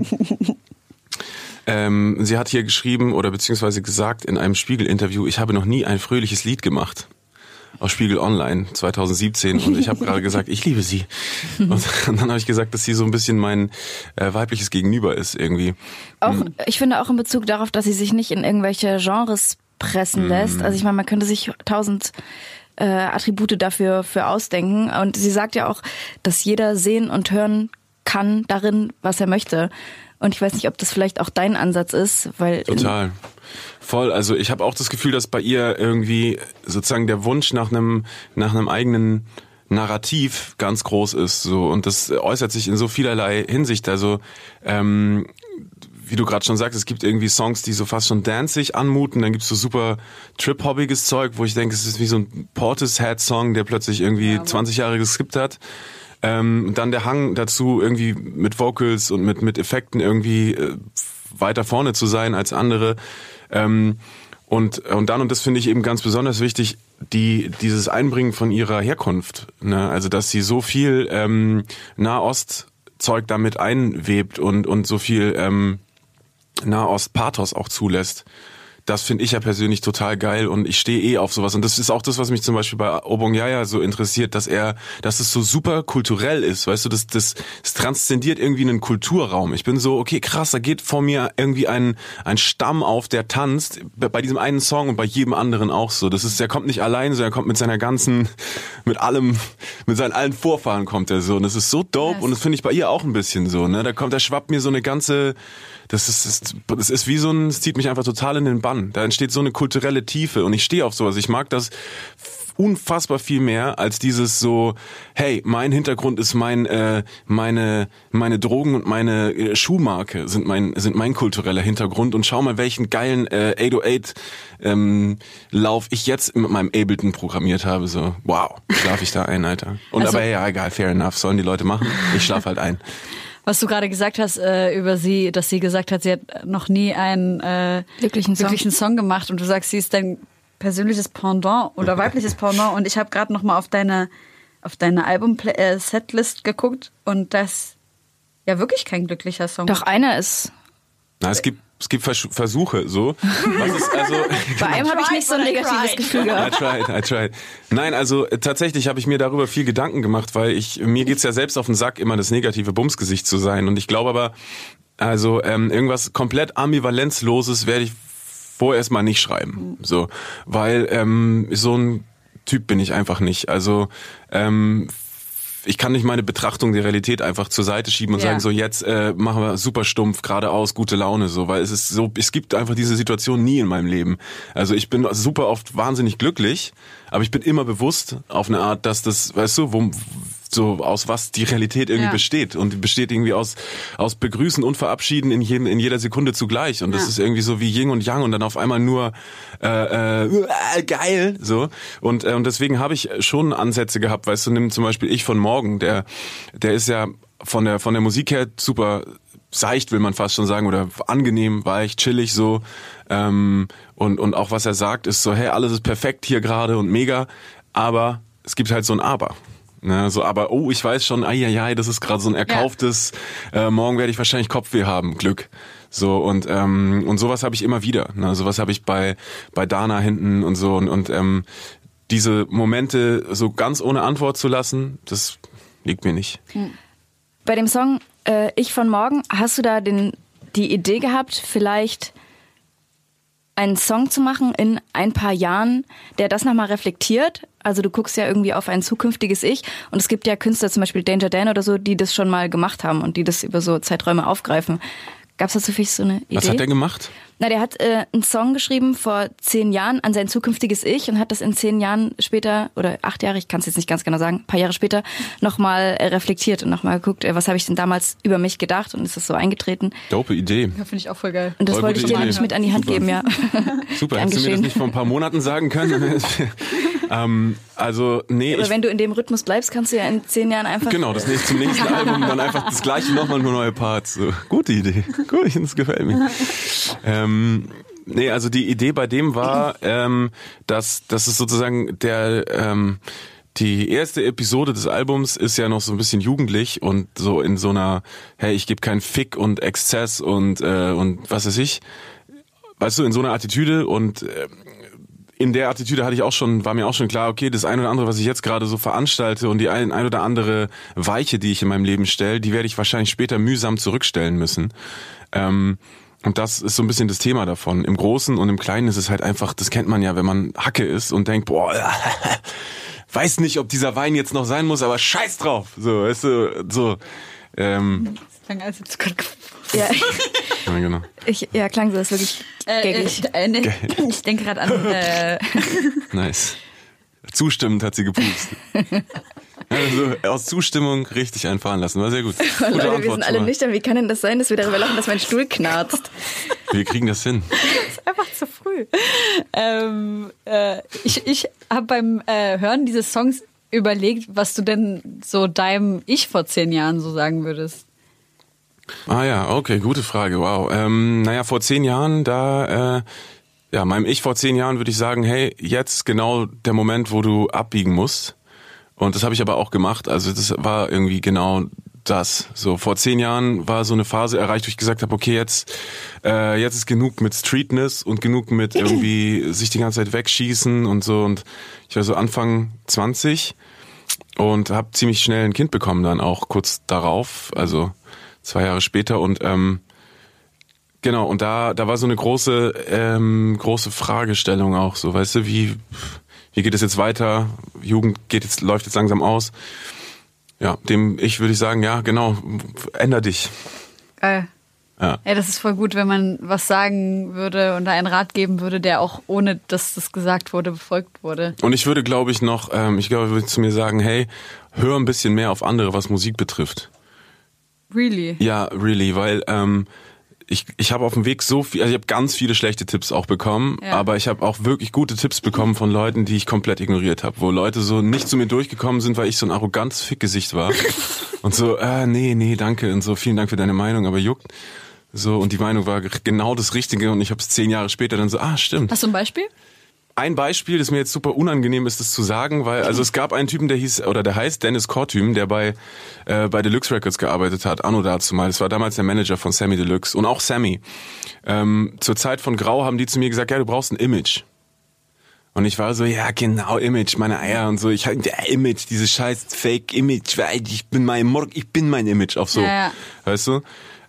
Sie hat hier geschrieben oder beziehungsweise gesagt in einem Spiegel-Interview, ich habe noch nie ein fröhliches Lied gemacht. Aus Spiegel Online 2017 und ich habe gerade gesagt, ich liebe sie. Und dann habe ich gesagt, dass sie so ein bisschen mein weibliches Gegenüber ist irgendwie. Auch, ich finde auch in Bezug darauf, dass sie sich nicht in irgendwelche Genres pressen lässt. Also ich meine, man könnte sich 1000 Attribute dafür ausdenken. Und sie sagt ja auch, dass jeder sehen und hören kann darin, was er möchte. Und ich weiß nicht, ob das vielleicht auch dein Ansatz ist, weil... Total. Voll. Also ich habe auch das Gefühl, dass bei ihr irgendwie sozusagen der Wunsch nach einem eigenen Narrativ ganz groß ist. So, und das äußert sich in so vielerlei Hinsicht. Also wie du gerade schon sagst, es gibt irgendwie Songs, die so fast schon danceig anmuten, dann gibt's so super trip-hoppiges Zeug, wo ich denke, es ist wie so ein Portishead-Song, der plötzlich irgendwie 20 Jahre geskippt hat. Dann der Hang dazu, irgendwie mit Vocals und mit Effekten irgendwie weiter vorne zu sein als andere. Und das finde ich eben ganz besonders wichtig, dieses Einbringen von ihrer Herkunft. Ne? Also, dass sie so viel Nahost-Zeug damit einwebt und so viel Nahost-Pathos auch zulässt. Das finde ich ja persönlich total geil und ich stehe auf sowas. Und das ist auch das, was mich zum Beispiel bei Obongyaya so interessiert, dass es so super kulturell ist. Weißt du, das transzendiert irgendwie einen Kulturraum. Ich bin so, okay, krass, da geht vor mir irgendwie ein Stamm auf, der tanzt. Bei diesem einen Song und bei jedem anderen auch so. Der kommt nicht allein, sondern er kommt mit seinen allen Vorfahren kommt er so. Und das ist so dope und das finde ich bei ihr auch ein bisschen so. Ne? Da schwappt mir so eine ganze... Das ist wie es zieht mich einfach total in den Bann. Da entsteht so eine kulturelle Tiefe und ich stehe auf sowas. Ich mag das unfassbar viel mehr als dieses so, hey, mein Hintergrund ist meine Drogen und meine Schuhmarke sind mein kultureller Hintergrund und schau mal, welchen geilen 808 Lauf ich jetzt mit meinem Ableton programmiert habe. So, wow, schlafe ich da ein, Alter. Und aber ja, egal, fair enough, sollen die Leute machen. Ich schlafe halt ein. Was du gerade gesagt hast über sie, dass sie gesagt hat, sie hat noch nie einen glücklichen Song gemacht und du sagst, sie ist dein persönliches Pendant oder weibliches Pendant und ich habe gerade noch mal auf deine Album-Setlist geguckt und das ja wirklich kein glücklicher Song. Doch, einer ist... Na, es gibt Versuche, so. Bei einem habe ich nicht so ein negatives Gefühl gehabt. I tried. Nein, also tatsächlich habe ich mir darüber viel Gedanken gemacht, weil mir geht's ja selbst auf den Sack, immer das negative Bumsgesicht zu sein. Und ich glaube aber, irgendwas komplett Ambivalenzloses werde ich vorerst mal nicht schreiben. So, weil so ein Typ bin ich einfach nicht. Also ich kann nicht meine Betrachtung der Realität einfach zur Seite schieben und sagen, so jetzt machen wir super stumpf, geradeaus, gute Laune, so, weil es gibt einfach diese Situation nie in meinem Leben. Also ich bin super oft wahnsinnig glücklich, aber ich bin immer bewusst auf eine Art, dass das, weißt du, so aus was die Realität irgendwie besteht und die besteht irgendwie aus Begrüßen und Verabschieden in jeder Sekunde zugleich und das ist irgendwie so wie Yin und Yang und dann auf einmal nur geil so und deswegen habe ich schon Ansätze gehabt, weißt du, nimm zum Beispiel Ich von Morgen, der ist ja von der Musik her super seicht, will man fast schon sagen, oder angenehm, weich, chillig so und auch was er sagt ist so, hey, alles ist perfekt hier gerade und mega, aber es gibt halt so ein Aber. Ne, so, aber ich weiß schon, das ist gerade so ein erkauftes, morgen werde ich wahrscheinlich Kopfweh haben, Glück. So und sowas habe ich immer wieder. Ne, sowas habe ich bei Dana hinten und so und diese Momente so ganz ohne Antwort zu lassen, das liegt mir nicht. Bei dem Song Ich von Morgen, hast du da die Idee gehabt, vielleicht einen Song zu machen in ein paar Jahren, der das nochmal reflektiert? Also du guckst ja irgendwie auf ein zukünftiges Ich und es gibt ja Künstler, zum Beispiel Danger Dan oder so, die das schon mal gemacht haben und die das über so Zeiträume aufgreifen. Gab es dazu vielleicht so eine Idee? Was hat der gemacht? Na, der hat einen Song geschrieben vor 10 Jahren an sein zukünftiges Ich und hat das in 10 Jahren später, oder 8 Jahre, ich kann es jetzt nicht ganz genau sagen, ein paar Jahre später, nochmal reflektiert und nochmal geguckt, was habe ich denn damals über mich gedacht und ist das so eingetreten. Dope Idee. Ja, finde ich auch voll geil. Und das wollte ich dir nicht mit an die Hand geben, ja. Super, hättest du mir das nicht vor ein paar Monaten sagen können? Also, nee. Aber wenn du in dem Rhythmus bleibst, kannst du ja in 10 Jahren einfach... Genau, zum nächsten Album dann einfach das Gleiche nochmal, nur neue Parts. So, gute Idee. Gut, das gefällt mir. Nee, also die Idee bei dem war, dass es sozusagen die erste Episode des Albums ist ja noch so ein bisschen jugendlich und so in so einer, hey, ich gebe keinen Fick und Exzess und was weiß ich. Weißt du, in so einer Attitüde und in der Attitüde war mir auch schon klar, okay, das eine oder andere, was ich jetzt gerade so veranstalte und die ein oder andere Weiche, die ich in meinem Leben stelle, die werde ich wahrscheinlich später mühsam zurückstellen müssen. Und das ist so ein bisschen das Thema davon. Im Großen und im Kleinen ist es halt einfach, das kennt man ja, wenn man Hacke ist und denkt, boah, weiß nicht, ob dieser Wein jetzt noch sein muss, aber scheiß drauf. So, weißt du, so. Das klang, als hättest du gerade ja. Ja, genau. Klang so, das ist wirklich gaggig. Ich denke gerade an... Nice. Zustimmend hat sie gepupst. Also aus Zustimmung richtig einfahren lassen, war sehr gut. Leute, wir sind alle nüchtern. Wie kann denn das sein, dass wir darüber lachen, dass mein Stuhl knarzt? Wir kriegen das hin. Das ist einfach zu früh. Ich habe beim Hören dieses Songs überlegt, was du denn so deinem Ich vor 10 Jahren so sagen würdest. Ah ja, okay, gute Frage, wow. Naja, vor 10 Jahren, da meinem Ich vor 10 Jahren würde ich sagen, hey, jetzt genau der Moment, wo du abbiegen musst. Und das habe ich aber auch gemacht. Also das war irgendwie genau das. So vor 10 Jahren war so eine Phase erreicht, wo ich gesagt habe, okay, jetzt ist genug mit Streetness und genug mit irgendwie sich die ganze Zeit wegschießen und so. Und ich war so Anfang 20 und habe ziemlich schnell ein Kind bekommen dann auch kurz darauf, also 2 Jahre später. Und genau, und da war so eine große Fragestellung auch, so, weißt du, wie geht es jetzt weiter? Jugend läuft jetzt langsam aus. Ja, würde ich sagen, ja, genau, änder dich. Geil. Ja, das ist voll gut, wenn man was sagen würde und da einen Rat geben würde, der auch ohne, dass das gesagt wurde, befolgt wurde. Und ich würde, glaube ich, ich würde zu mir sagen, hey, hör ein bisschen mehr auf andere, was Musik betrifft. Really? Ja, really, weil ich habe auf dem Weg so viel, also ich habe ganz viele schlechte Tipps auch bekommen, aber ich habe auch wirklich gute Tipps bekommen von Leuten, die ich komplett ignoriert habe, wo Leute so nicht zu mir durchgekommen sind, weil ich so ein arrogantes Fickgesicht war und so, nee, danke und so, vielen Dank für deine Meinung, aber juckt. So, und die Meinung war genau das Richtige und ich habe es 10 Jahre später dann so, stimmt. Hast du ein Beispiel? Ein Beispiel, das mir jetzt super unangenehm ist, das zu sagen, weil, also es gab einen Typen, der heißt Dennis Kortüm, der bei Deluxe Records gearbeitet hat, anno dazu mal. Das war damals der Manager von Sammy Deluxe und auch Sammy. Zur Zeit von Grau haben die zu mir gesagt, ja, du brauchst ein Image. Und ich war so, ja, genau, Image, meine Eier und so. Ich hatte Image, dieses scheiß Fake-Image, weil ich bin mein Image auf so, weißt du?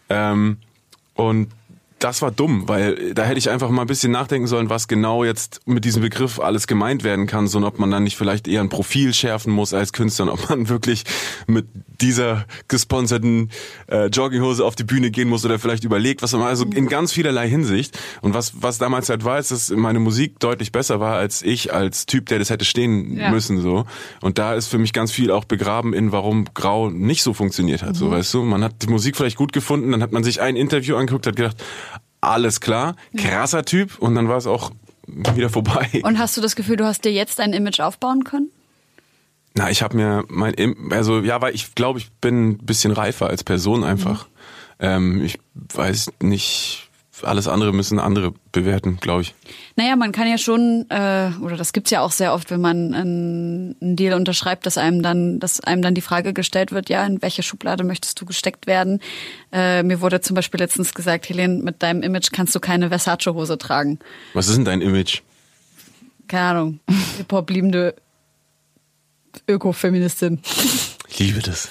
Und das war dumm, weil da hätte ich einfach mal ein bisschen nachdenken sollen, was genau jetzt mit diesem Begriff alles gemeint werden kann, so ob man dann nicht vielleicht eher ein Profil schärfen muss als Künstler und ob man wirklich mit dieser gesponserten Jogginghose auf die Bühne gehen muss oder vielleicht überlegt, was man also in ganz vielerlei Hinsicht. Und was damals halt war, ist, dass meine Musik deutlich besser war als ich als Typ, der das hätte stehen müssen, so. Und da ist für mich ganz viel auch begraben in, warum Grau nicht so funktioniert hat, so, weißt du. Man hat die Musik vielleicht gut gefunden, dann hat man sich ein Interview angeguckt, hat gedacht, alles klar, krasser Typ und dann war es auch wieder vorbei. Und hast du das Gefühl, du hast dir jetzt ein Image aufbauen können? Na, ich habe mir weil ich glaube, ich bin ein bisschen reifer als Person einfach. Ich weiß nicht, alles andere müssen andere bewerten, glaube ich. Naja, man kann ja schon, oder das gibt's ja auch sehr oft, wenn man einen Deal unterschreibt, dass einem dann die Frage gestellt wird, ja, in welche Schublade möchtest du gesteckt werden? Mir wurde zum Beispiel letztens gesagt, Helene, mit deinem Image kannst du keine Versace-Hose tragen. Was ist denn dein Image? Keine Ahnung, Hip-Hop-liebende Ökofeministin. Ich liebe das.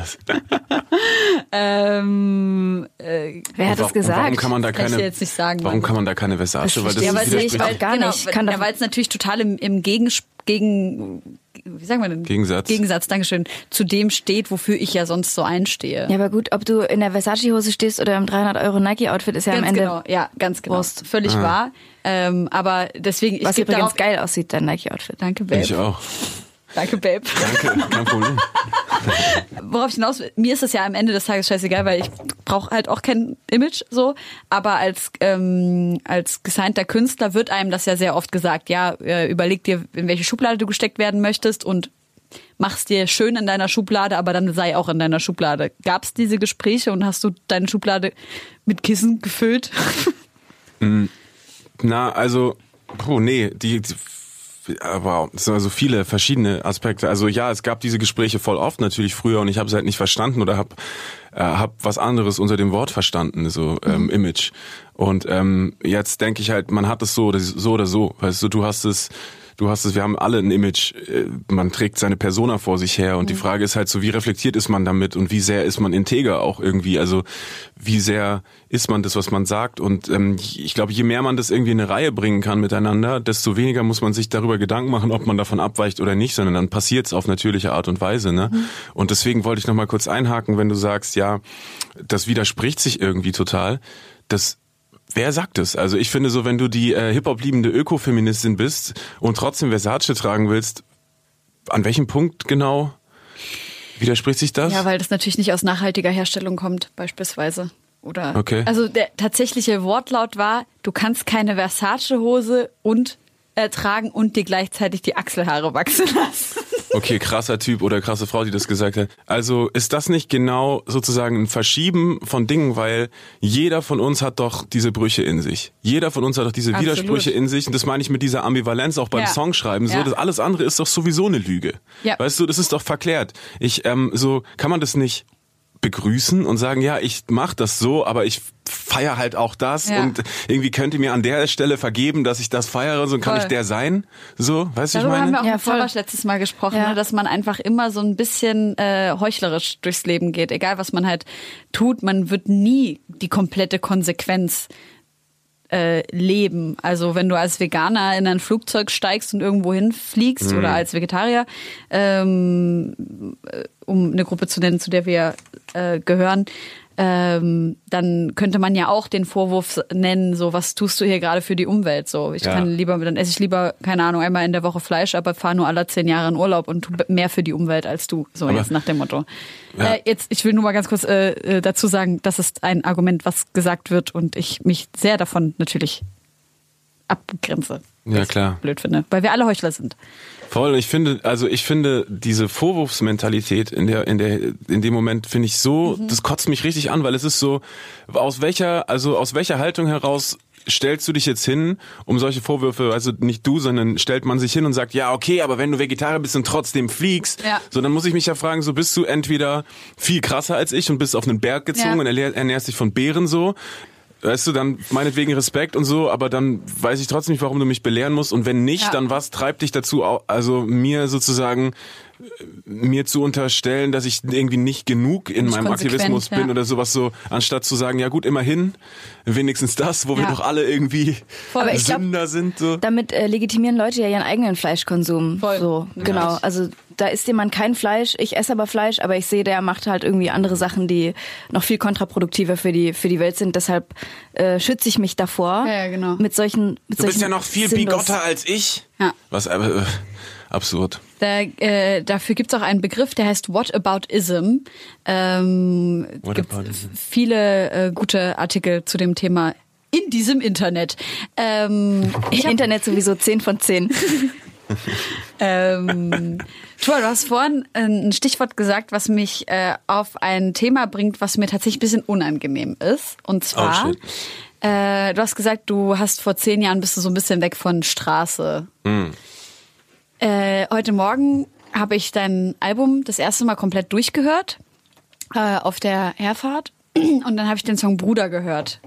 Wer hat das gesagt? Warum kann man da keine? Jetzt nicht sagen, warum kann man da keine Versace? Weil das ich auch gar nicht. Weil es natürlich total im Gegensatz, Dankeschön, zu dem steht, wofür ich ja sonst so einstehe. Ja, aber gut, ob du in der Versace-Hose stehst oder im 300€ Nike-Outfit, ist ja am Ende genau, ja, ganz genau. Wurst. Völlig wahr. Aber deswegen, was übrigens geil aussieht, dein Nike-Outfit. Danke, Babe. Ich auch. Danke, Babe. Danke, kein Problem. Worauf ich hinaus will, mir ist es ja am Ende des Tages scheißegal, weil ich brauche halt auch kein Image so, aber als gesignter Künstler wird einem das ja sehr oft gesagt, ja, überleg dir, in welche Schublade du gesteckt werden möchtest und mach's dir schön in deiner Schublade, aber dann sei auch in deiner Schublade. Gab's diese Gespräche und hast du deine Schublade mit Kissen gefüllt? Na, also, nee, aber es sind also viele verschiedene Aspekte. Also ja, es gab diese Gespräche voll oft natürlich früher und ich habe es halt nicht verstanden oder hab was anderes unter dem Wort verstanden, so Image. Und jetzt denke ich halt, man hat es so oder so. Weißt du, du hast es, wir haben alle ein Image, man trägt seine Persona vor sich her und die Frage ist halt so, wie reflektiert ist man damit und wie sehr ist man integer auch irgendwie, also wie sehr ist man das, was man sagt und ich glaube, je mehr man das irgendwie in eine Reihe bringen kann miteinander, desto weniger muss man sich darüber Gedanken machen, ob man davon abweicht oder nicht, sondern dann passiert's auf natürliche Art und Weise, ne? Und deswegen wollte ich noch mal kurz einhaken, wenn du sagst, ja, das widerspricht sich irgendwie total, wer sagt es? Also ich finde so, wenn du die Hip-Hop-liebende Ökofeministin bist und trotzdem Versace tragen willst, an welchem Punkt genau widerspricht sich das? Ja, weil das natürlich nicht aus nachhaltiger Herstellung kommt, beispielsweise. Oder okay. Also der tatsächliche Wortlaut war, du kannst keine Versace-Hose tragen und dir gleichzeitig die Achselhaare wachsen lassen. okay, krasser Typ oder krasse Frau, die das gesagt hat. Also ist das nicht genau sozusagen ein Verschieben von Dingen, weil jeder von uns hat doch diese Brüche in sich. Jeder von uns hat doch diese Widersprüche in sich und das meine ich mit dieser Ambivalenz auch beim Songschreiben. So, das alles andere ist doch sowieso eine Lüge. Ja. Weißt du, das ist doch verklärt. So kann man das nicht begrüßen und sagen, ja, ich mach das so, aber ich feiere halt auch das und irgendwie könnt ihr mir an der Stelle vergeben, dass ich das feiere, so kann ich der sein. So, weißt du, ich meine? Darüber haben wir auch mit Vollasch letztes Mal gesprochen, ne, dass man einfach immer so ein bisschen heuchlerisch durchs Leben geht. Egal, was man halt tut, man wird nie die komplette Konsequenz leben. Also wenn du als Veganer in ein Flugzeug steigst und irgendwo hinfliegst oder als Vegetarier, um eine Gruppe zu nennen, zu der wir gehören, dann könnte man ja auch den Vorwurf nennen, so was tust du hier gerade für die Umwelt? So, dann esse ich lieber, keine Ahnung, einmal in der Woche Fleisch, aber fahre nur alle 10 Jahre in Urlaub und tu mehr für die Umwelt als du. So, aber jetzt nach dem Motto. Ja. Ich will nur mal ganz kurz dazu sagen, das ist ein Argument, was gesagt wird und ich mich sehr davon natürlich abgrenze. Ja, klar. Blöd finde, weil wir alle Heuchler sind. Voll, ich finde diese Vorwurfsmentalität in dem Moment finde ich so, das kotzt mich richtig an, weil es ist so, aus welcher Haltung heraus stellst du dich jetzt hin, um solche Vorwürfe, also nicht du, sondern stellt man sich hin und sagt, ja, okay, aber wenn du Vegetarier bist und trotzdem fliegst, so, dann muss ich mich ja fragen, so bist du entweder viel krasser als ich und bist auf einen Berg gezogen und ernährst dich von Beeren so, weißt du, dann meinetwegen Respekt und so, aber dann weiß ich trotzdem nicht, warum du mich belehren musst und wenn nicht, dann was treibt dich dazu, also mir zu unterstellen, dass ich irgendwie nicht genug in meinem Aktivismus bin oder sowas so, anstatt zu sagen, ja gut, immerhin, wenigstens das, wo wir doch alle irgendwie Sünder sind. So. Damit legitimieren Leute ja ihren eigenen Fleischkonsum. Voll. So, genau. Also da isst jemand kein Fleisch, ich esse aber Fleisch, aber ich sehe, der macht halt irgendwie andere Sachen, die noch viel kontraproduktiver für die Welt sind. Deshalb schütze ich mich davor. Ja, genau. Mit solchen Du bist ja noch viel bigotter als ich. Ja. Was absurd. Dafür gibt's auch einen Begriff, der heißt Whataboutism. Gibt viele gute Artikel zu dem Thema in diesem Internet. Internet sowieso 10 von 10. Tua, du hast vorhin ein Stichwort gesagt, was mich auf ein Thema bringt, was mir tatsächlich ein bisschen unangenehm ist. Und zwar, du hast gesagt, du hast vor 10 Jahren bist du so ein bisschen weg von Straße. Heute Morgen habe ich dein Album das erste Mal komplett durchgehört auf der Herfahrt und dann habe ich den Song Bruder gehört.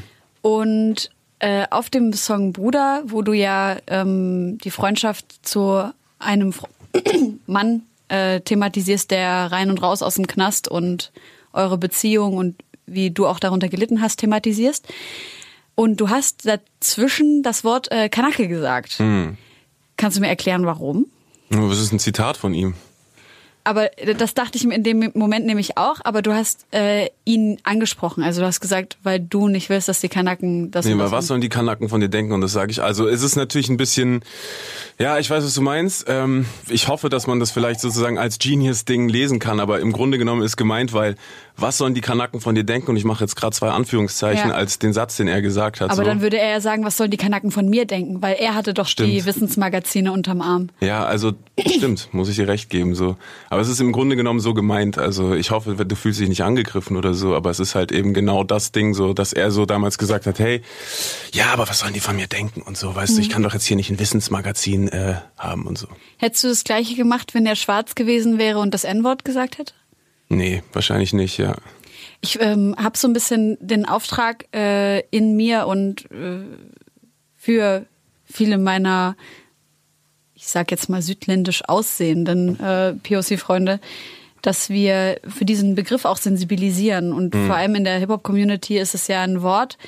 Und auf dem Song Bruder, wo du ja die Freundschaft zu einem Mann thematisierst, der rein und raus aus dem Knast und eure Beziehung und wie du auch darunter gelitten hast, thematisierst. Und du hast dazwischen das Wort Kanake gesagt. Kannst du mir erklären, warum? Das ist ein Zitat von ihm. Aber das dachte ich mir in dem Moment nämlich auch, aber du hast ihn angesprochen. Also du hast gesagt, weil du nicht willst, dass die Kanaken das... Nee, aber was sollen die Kanaken von dir denken? Und das sage ich. Also es ist natürlich ein bisschen... Ja, ich weiß, was du meinst. Ich hoffe, dass man das vielleicht sozusagen als Genius-Ding lesen kann, aber im Grunde genommen ist gemeint, weil was sollen die Kanaken von dir denken? Und ich mache jetzt gerade 2 Anführungszeichen als den Satz, den er gesagt hat. Aber so. Dann würde er ja sagen, was sollen die Kanaken von mir denken? Weil er hatte doch die Wissensmagazine unterm Arm. Ja, also stimmt, muss ich dir recht geben. So. Aber es ist im Grunde genommen so gemeint. Also ich hoffe, du fühlst dich nicht angegriffen oder so, aber es ist halt eben genau das Ding, so, dass er so damals gesagt hat, hey, ja, aber was sollen die von mir denken und so, weißt du, ich kann doch jetzt hier nicht ein Wissensmagazin haben und so. Hättest du das Gleiche gemacht, wenn er schwarz gewesen wäre und das N-Wort gesagt hätte? Nee, wahrscheinlich nicht, ja. Ich habe so ein bisschen den Auftrag in mir und für viele meiner, ich sag jetzt mal südländisch aussehenden POC-Freunde, dass wir für diesen Begriff auch sensibilisieren. Und vor allem in der Hip-Hop-Community ist es ja ein Wort,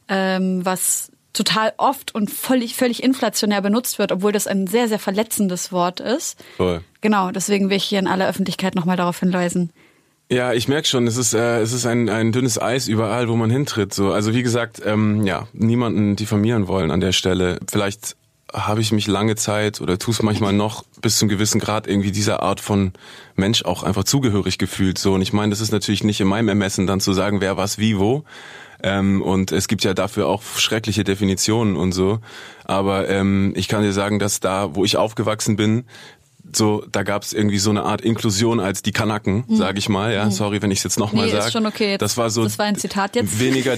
was total oft und völlig inflationär benutzt wird, obwohl das ein sehr, sehr verletzendes Wort ist. Voll. Genau, deswegen will ich hier in aller Öffentlichkeit nochmal darauf hinweisen. Ja, ich merke schon, es ist ein dünnes Eis überall, wo man hintritt. So. Also wie gesagt, niemanden diffamieren wollen an der Stelle. Vielleicht habe ich mich lange Zeit oder tue es manchmal noch bis zum gewissen Grad irgendwie dieser Art von Mensch auch einfach zugehörig gefühlt. So. Und ich meine, das ist natürlich nicht in meinem Ermessen, dann zu sagen, wer was wie wo. Und es gibt ja dafür auch schreckliche Definitionen und so. Aber ich kann dir sagen, dass da, wo ich aufgewachsen bin, so, da gab's irgendwie so eine Art Inklusion als die Kanaken, sage ich mal. Ja, sorry, wenn ich es jetzt nochmal sage. Ist schon okay. Das war ein Zitat jetzt. Weniger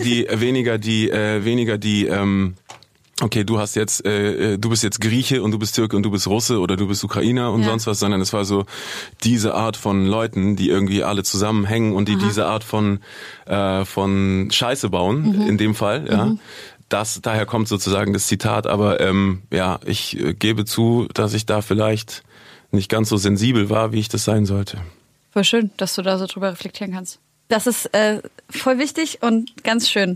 die. Okay, du bist jetzt Grieche und du bist Türke und du bist Russe oder du bist Ukrainer und sonst was, sondern es war so diese Art von Leuten, die irgendwie alle zusammenhängen und die diese Art von Scheiße bauen, in dem Fall, ja. Daher kommt sozusagen das Zitat, aber ich gebe zu, dass ich da vielleicht nicht ganz so sensibel war, wie ich das sein sollte. Voll schön, dass du da so drüber reflektieren kannst. Das ist voll wichtig und ganz schön.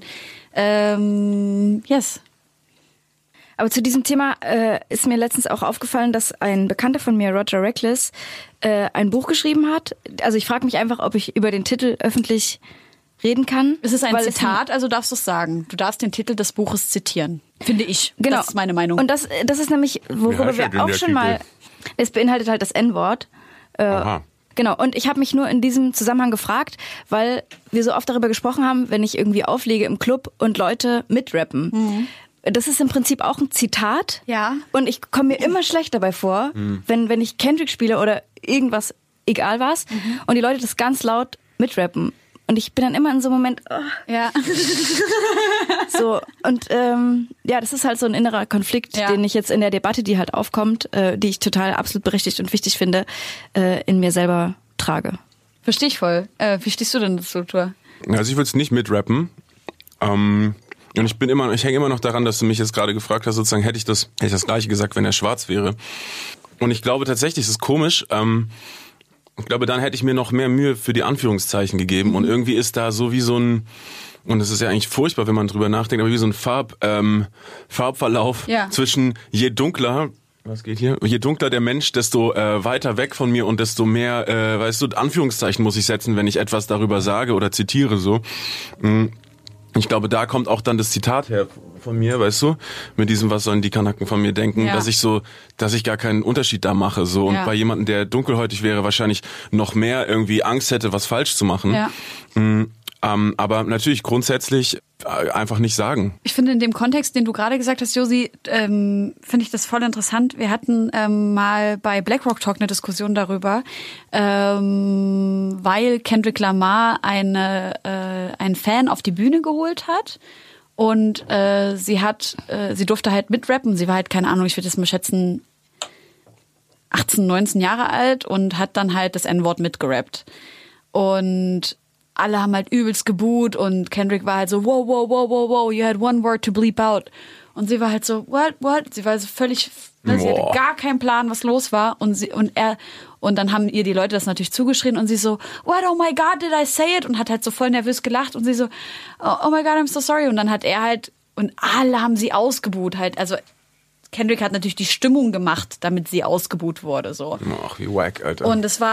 Yes. Aber zu diesem Thema ist mir letztens auch aufgefallen, dass ein Bekannter von mir, Roger Reckless, ein Buch geschrieben hat. Also ich frage mich einfach, ob ich über den Titel öffentlich reden kann. Es ist ein Zitat, also darfst du es sagen. Du darfst den Titel des Buches zitieren, finde ich. Genau. Das ist meine Meinung. Und das ist nämlich, worüber wir auch schon mal... Es beinhaltet halt das N-Wort. Aha. Genau, und ich habe mich nur in diesem Zusammenhang gefragt, weil wir so oft darüber gesprochen haben, wenn ich irgendwie auflege im Club und Leute mitrappen. Das ist im Prinzip auch ein Zitat. Ja. Und ich komme mir immer schlecht dabei vor, wenn ich Kendrick spiele oder irgendwas, egal was, und die Leute das ganz laut mitrappen. Und ich bin dann immer in so einem Moment, ja. So, und das ist halt so ein innerer Konflikt, den ich jetzt in der Debatte, die halt aufkommt, die ich total absolut berechtigt und wichtig finde, in mir selber trage. Verstehe ich voll. Wie stehst du denn dazu, Tor? Also ich würde es nicht mitrappen. Und ich hänge immer noch daran, dass du mich jetzt gerade gefragt hast, sozusagen hätte ich das Gleiche gesagt, wenn er schwarz wäre. Und ich glaube tatsächlich, es ist komisch, ich glaube, dann hätte ich mir noch mehr Mühe für die Anführungszeichen gegeben. Und irgendwie ist da so wie so ein, und das ist ja eigentlich furchtbar, wenn man drüber nachdenkt, aber wie so ein Farbverlauf zwischen je dunkler der Mensch, desto weiter weg von mir und desto mehr, Anführungszeichen muss ich setzen, wenn ich etwas darüber sage oder zitiere so. Ich glaube, da kommt auch dann das Zitat her von mir, weißt du, mit diesem, was sollen die Kanaken von mir denken, dass ich gar keinen Unterschied da mache, so. Und bei jemandem, der dunkelhäutig wäre, wahrscheinlich noch mehr irgendwie Angst hätte, was falsch zu machen. Ja. Aber natürlich grundsätzlich einfach nicht sagen. Ich finde in dem Kontext, den du gerade gesagt hast, Josi, finde ich das voll interessant. Wir hatten mal bei BlackRock Talk eine Diskussion darüber, weil Kendrick Lamar einen Fan auf die Bühne geholt hat und sie durfte halt mitrappen. Sie war halt, keine Ahnung, ich würde das mal schätzen, 18, 19 Jahre alt und hat dann halt das N-Wort mitgerappt. Und alle haben halt übelst geboot und Kendrick war halt so, wow, you had one word to bleep out. Und sie war halt so, what? Sie war so völlig, sie hatte gar keinen Plan, was los war. Und dann haben ihr die Leute das natürlich zugeschrien und sie so, what, oh my God, did I say it? Und hat halt so voll nervös gelacht und sie so, oh my God, I'm so sorry. Und dann hat er halt, und alle haben sie ausgebuht halt, also Kendrick hat natürlich die Stimmung gemacht, damit sie ausgebuht wurde, so. Ach, wie wack, Alter. Und es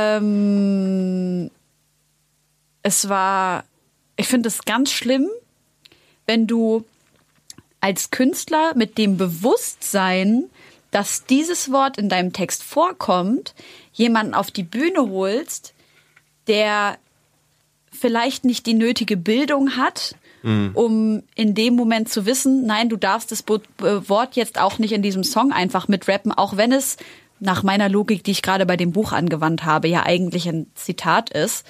war, ich finde es ganz schlimm, wenn du als Künstler mit dem Bewusstsein, dass dieses Wort in deinem Text vorkommt, jemanden auf die Bühne holst, der vielleicht nicht die nötige Bildung hat, um in dem Moment zu wissen, nein, du darfst das Wort jetzt auch nicht in diesem Song einfach mitrappen, auch wenn es nach meiner Logik, die ich gerade bei dem Buch angewandt habe, ja eigentlich ein Zitat ist.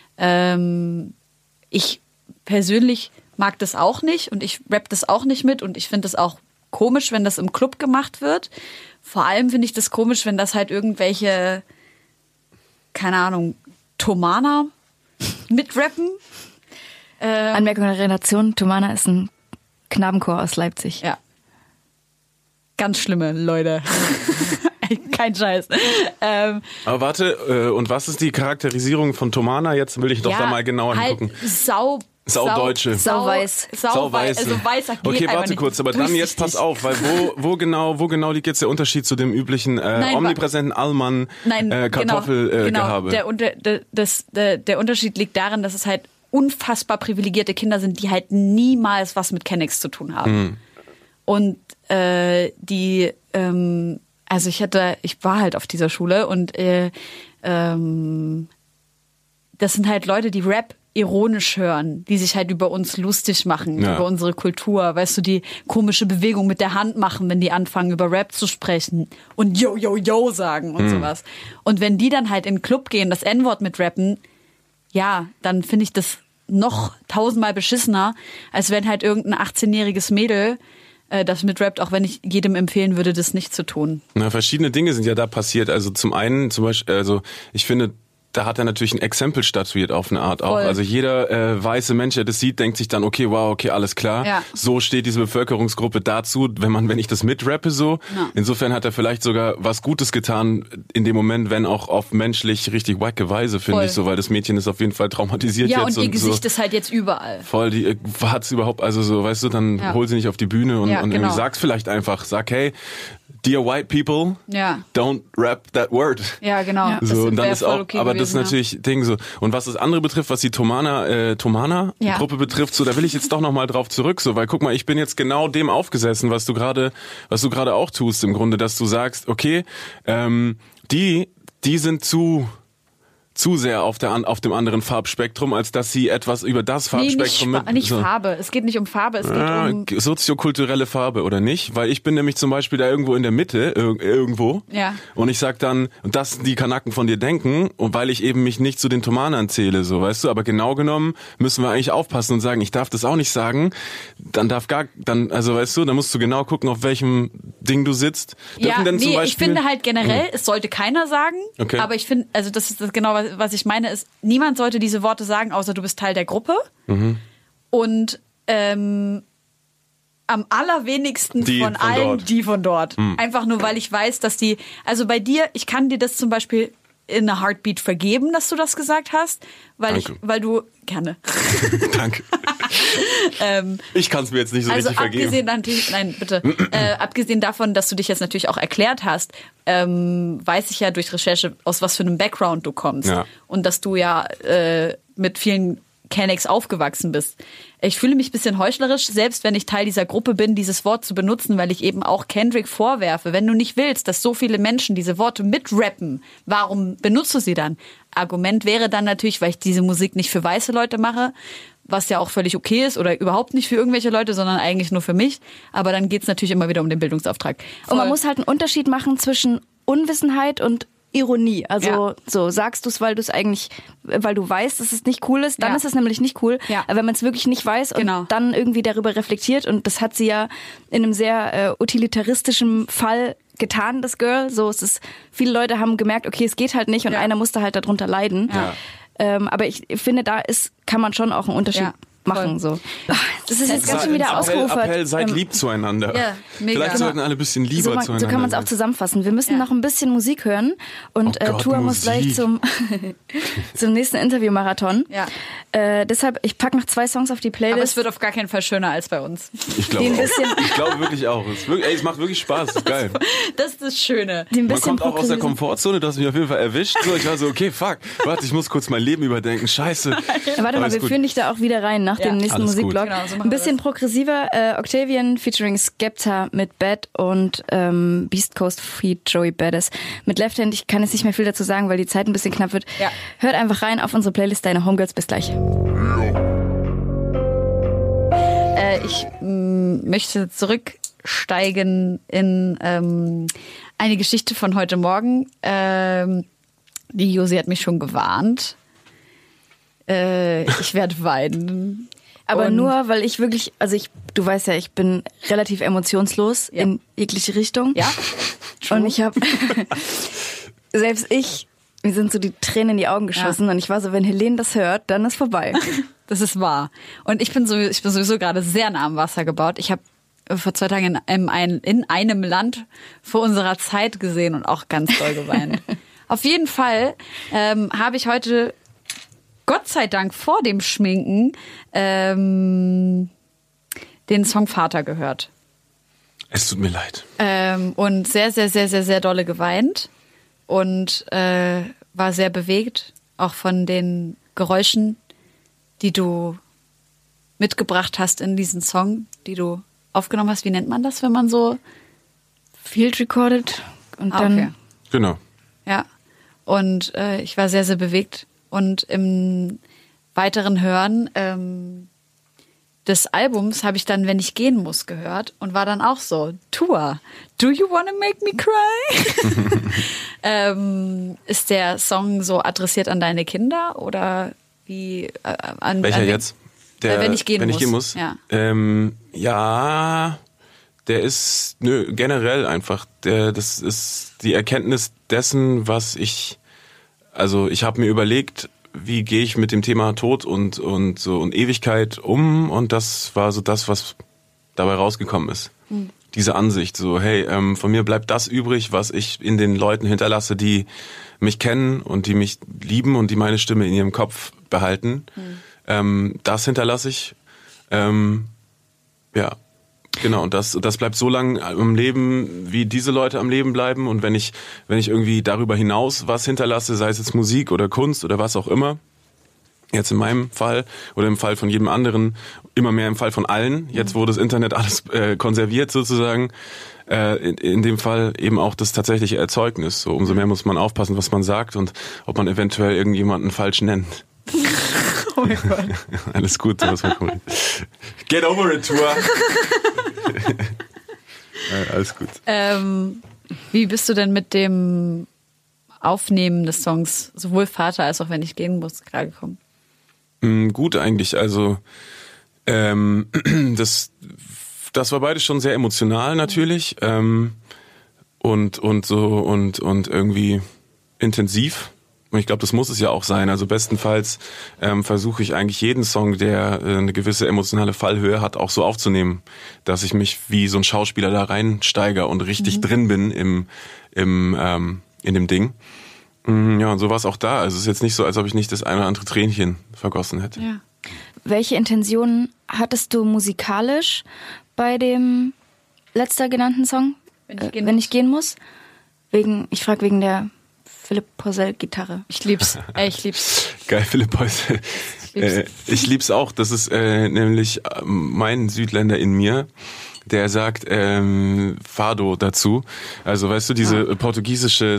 Ich persönlich mag das auch nicht und ich rapp das auch nicht mit und ich finde das auch komisch, wenn das im Club gemacht wird. Vor allem finde ich das komisch, wenn das halt irgendwelche, keine Ahnung, Tomana mitrappen. Anmerkung der Relation, Tomana ist ein Knabenchor aus Leipzig. Ja. Ganz schlimme Leute. Kein Scheiß. Aber warte, und was ist die Charakterisierung von Tomana? Jetzt will ich doch da mal genauer hingucken. Saudeutsche. Sauweiß. Sauweiß. Also weißer geht okay, warte nicht. kurz, aber dann jetzt pass auf, weil wo genau liegt jetzt der Unterschied zu dem üblichen omnipräsenten Allmann-Kartoffelgehabe? Der Unterschied liegt darin, dass es halt unfassbar privilegierte Kinder sind, die halt niemals was mit Kennex zu tun haben. Und also ich war halt auf dieser Schule und das sind halt Leute, die Rap ironisch hören, die sich halt über uns lustig machen, über unsere Kultur, weißt du, die komische Bewegung mit der Hand machen, wenn die anfangen, über Rap zu sprechen und yo, yo, yo sagen und sowas. Und wenn die dann halt in den Club gehen, das N-Wort mit rappen, ja, dann finde ich das noch 1000-mal beschissener, als wenn halt irgendein 18-jähriges Mädel das mit rappt, auch wenn ich jedem empfehlen würde, das nicht zu tun. Na, verschiedene Dinge sind ja da passiert. Also zum einen, zum Beispiel, also ich finde, da hat er natürlich ein Exempel statuiert auf eine Art auch. Also jeder weiße Mensch, der das sieht, denkt sich dann, okay, wow, okay, alles klar. Ja. So steht diese Bevölkerungsgruppe dazu, wenn ich das mitrappe so. Ja. Insofern hat er vielleicht sogar was Gutes getan in dem Moment, wenn auch auf menschlich richtig wacke Weise, finde ich so, weil das Mädchen ist auf jeden Fall traumatisiert jetzt. Ja, und ihr Gesicht ist halt jetzt überall. Voll, die hat's überhaupt, also so, weißt du, dann hol sie nicht auf die Bühne und irgendwie sag's vielleicht einfach, sag, hey, Dear white people, don't rap that word. Ja, genau. Ja. So, und dann ist auch, okay aber gewesen, das ist natürlich Ding so. Und was das andere betrifft, was die Tomana-Gruppe betrifft, so, da will ich jetzt doch nochmal drauf zurück, so, weil guck mal, ich bin jetzt genau dem aufgesessen, was du gerade auch tust im Grunde, dass du sagst, okay, die sind zu sehr auf dem anderen Farbspektrum, als dass sie etwas über das Farbspektrum nicht Farbe. Es geht nicht um Farbe, es geht um soziokulturelle Farbe, oder nicht? Weil ich bin nämlich zum Beispiel da irgendwo in der Mitte, irgendwo. Ja. Und ich sag dann, dass die Kanaken von dir denken, und weil ich eben mich nicht zu den Tomanern zähle, so, weißt du? Aber genau genommen müssen wir eigentlich aufpassen und sagen, ich darf das auch nicht sagen. Also weißt du, dann musst du genau gucken, auf welchem Ding du sitzt. Ich finde halt generell, es sollte keiner sagen. Okay. Aber ich finde, also das ist genau was ich meine, ist, niemand sollte diese Worte sagen, außer du bist Teil der Gruppe. Mhm. Und am allerwenigsten von allen die von dort. Mhm. Einfach nur, weil ich weiß, dass also bei dir, ich kann dir das zum Beispiel in a Heartbeat vergeben, dass du das gesagt hast, weil du gerne. Danke. Ich kann es mir jetzt nicht so richtig vergeben. Abgesehen davon, dass du dich jetzt natürlich auch erklärt hast, weiß ich ja durch Recherche, aus was für einem Background du kommst. Ja. Und dass du ja mit vielen Kennex aufgewachsen bist. Ich fühle mich ein bisschen heuchlerisch, selbst wenn ich Teil dieser Gruppe bin, dieses Wort zu benutzen, weil ich eben auch Kendrick vorwerfe. Wenn du nicht willst, dass so viele Menschen diese Worte mitrappen, warum benutzt du sie dann? Argument wäre dann natürlich, weil ich diese Musik nicht für weiße Leute mache, was ja auch völlig okay ist, oder überhaupt nicht für irgendwelche Leute, sondern eigentlich nur für mich. Aber dann geht es natürlich immer wieder um den Bildungsauftrag. Und man muss halt einen Unterschied machen zwischen Unwissenheit und Ironie. Also so sagst du es, weil du weißt, dass es nicht cool ist, dann ist es nämlich nicht cool. Ja. Aber wenn man es wirklich nicht weiß und dann irgendwie darüber reflektiert, und das hat sie ja in einem sehr utilitaristischen Fall getan, das Girl. So ist es. Viele Leute haben gemerkt, okay, es geht halt nicht, und einer musste halt darunter leiden. Ja. Aber ich finde, kann man schon auch einen Unterschied machen. So. Das ist jetzt ganz schön wieder ausgeufert. Appell, seid lieb zueinander. Ja, mega. Vielleicht sollten alle ein bisschen lieber zueinander. So kann man es auch zusammenfassen. Wir müssen noch ein bisschen Musik hören, und Tua muss gleich zum nächsten Interview-Marathon. Ja. Deshalb, ich packe noch 2 Songs auf die Playlist. Aber es wird auf gar keinen Fall schöner als bei uns. Ich glaube Ich glaube wirklich auch. Es macht wirklich Spaß, das ist geil. Das ist das Schöne. Man kommt auch aus der Komfortzone, du hast mich auf jeden Fall erwischt. So, ich war so, okay, fuck, warte, ich muss kurz mein Leben überdenken, scheiße. Warte mal, wir führen dich da auch wieder rein nach dem nächsten Musikblock. Genau, so ein bisschen progressiver, Octavian featuring Skepta mit Bad und Beast Coast feat. Joey Badass mit Left Hand. Ich kann jetzt nicht mehr viel dazu sagen, weil die Zeit ein bisschen knapp wird. Ja. Hört einfach rein auf unsere Playlist Deine Homegirls. Bis gleich. Ich möchte zurücksteigen in eine Geschichte von heute Morgen. Die Josi hat mich schon gewarnt. Ich werde weinen. Aber nur, weil ich wirklich, du weißt ja, ich bin relativ emotionslos in jegliche Richtung. Ja. True. Und ich habe, mir sind so die Tränen in die Augen geschossen, und ich war so, wenn Helene das hört, dann ist vorbei. Das ist wahr. Und ich bin sowieso gerade sehr nah am Wasser gebaut. Ich habe vor 2 Tagen in einem Land vor unserer Zeit gesehen und auch ganz doll geweint. Auf jeden Fall habe ich heute, Gott sei Dank, vor dem Schminken den Song Vater gehört. Es tut mir leid. Und sehr, sehr, sehr, sehr, sehr dolle geweint und war sehr bewegt, auch von den Geräuschen, die du mitgebracht hast in diesen Song, die du aufgenommen hast. Wie nennt man das, wenn man so Field recorded und dann... Okay. Genau. Ja, und ich war sehr, sehr bewegt. Und im weiteren Hören des Albums habe ich dann, wenn ich gehen muss, gehört und war dann auch so, Tour, do you wanna make me cry? Ist der Song so adressiert an deine Kinder oder wie? Welcher jetzt? Wenn ich gehen muss. Ja. Ja, der ist generell einfach. Das ist die Erkenntnis dessen, was ich habe mir überlegt, wie gehe ich mit dem Thema Tod und Ewigkeit um, und das war so das, was dabei rausgekommen ist. Mhm. Diese Ansicht, so hey, von mir bleibt das übrig, was ich in den Leuten hinterlasse, die mich kennen und die mich lieben und die meine Stimme in ihrem Kopf behalten. Mhm. Das hinterlasse ich. Ja, genau. Und das bleibt so lange im Leben, wie diese Leute am Leben bleiben. Und wenn ich irgendwie darüber hinaus was hinterlasse, sei es jetzt Musik oder Kunst oder was auch immer, jetzt in meinem Fall oder im Fall von jedem anderen, immer mehr im Fall von allen, jetzt wo das Internet alles konserviert sozusagen, in dem Fall eben auch das tatsächliche Erzeugnis. So, umso mehr muss man aufpassen, was man sagt und ob man eventuell irgendjemanden falsch nennt. Oh mein Gott. Alles gut, sowas war cool. Get over it, Tour. Alles gut. Wie bist du denn mit dem Aufnehmen des Songs sowohl Vater als auch Wenn ich gehen muss klargekommen? Gut eigentlich, also das war beides schon sehr emotional natürlich und irgendwie intensiv. Und ich glaube, das muss es ja auch sein. Also bestenfalls versuche ich eigentlich jeden Song, der eine gewisse emotionale Fallhöhe hat, auch so aufzunehmen, dass ich mich wie so ein Schauspieler da reinsteige und richtig drin bin in dem Ding. Ja, und so war es auch da. Also es ist jetzt nicht so, als ob ich nicht das eine oder andere Tränchen vergossen hätte. Ja. Welche Intentionen hattest du musikalisch bei dem letzter genannten Song? Wenn ich gehen muss? Ich frage wegen der Philipp Poisel-Gitarre. Ich lieb's. Ich lieb's. Geil, Philipp Poisel. Ich lieb's auch. Das ist nämlich mein Südländer in mir, der sagt Fado dazu. Also weißt du, diese portugiesische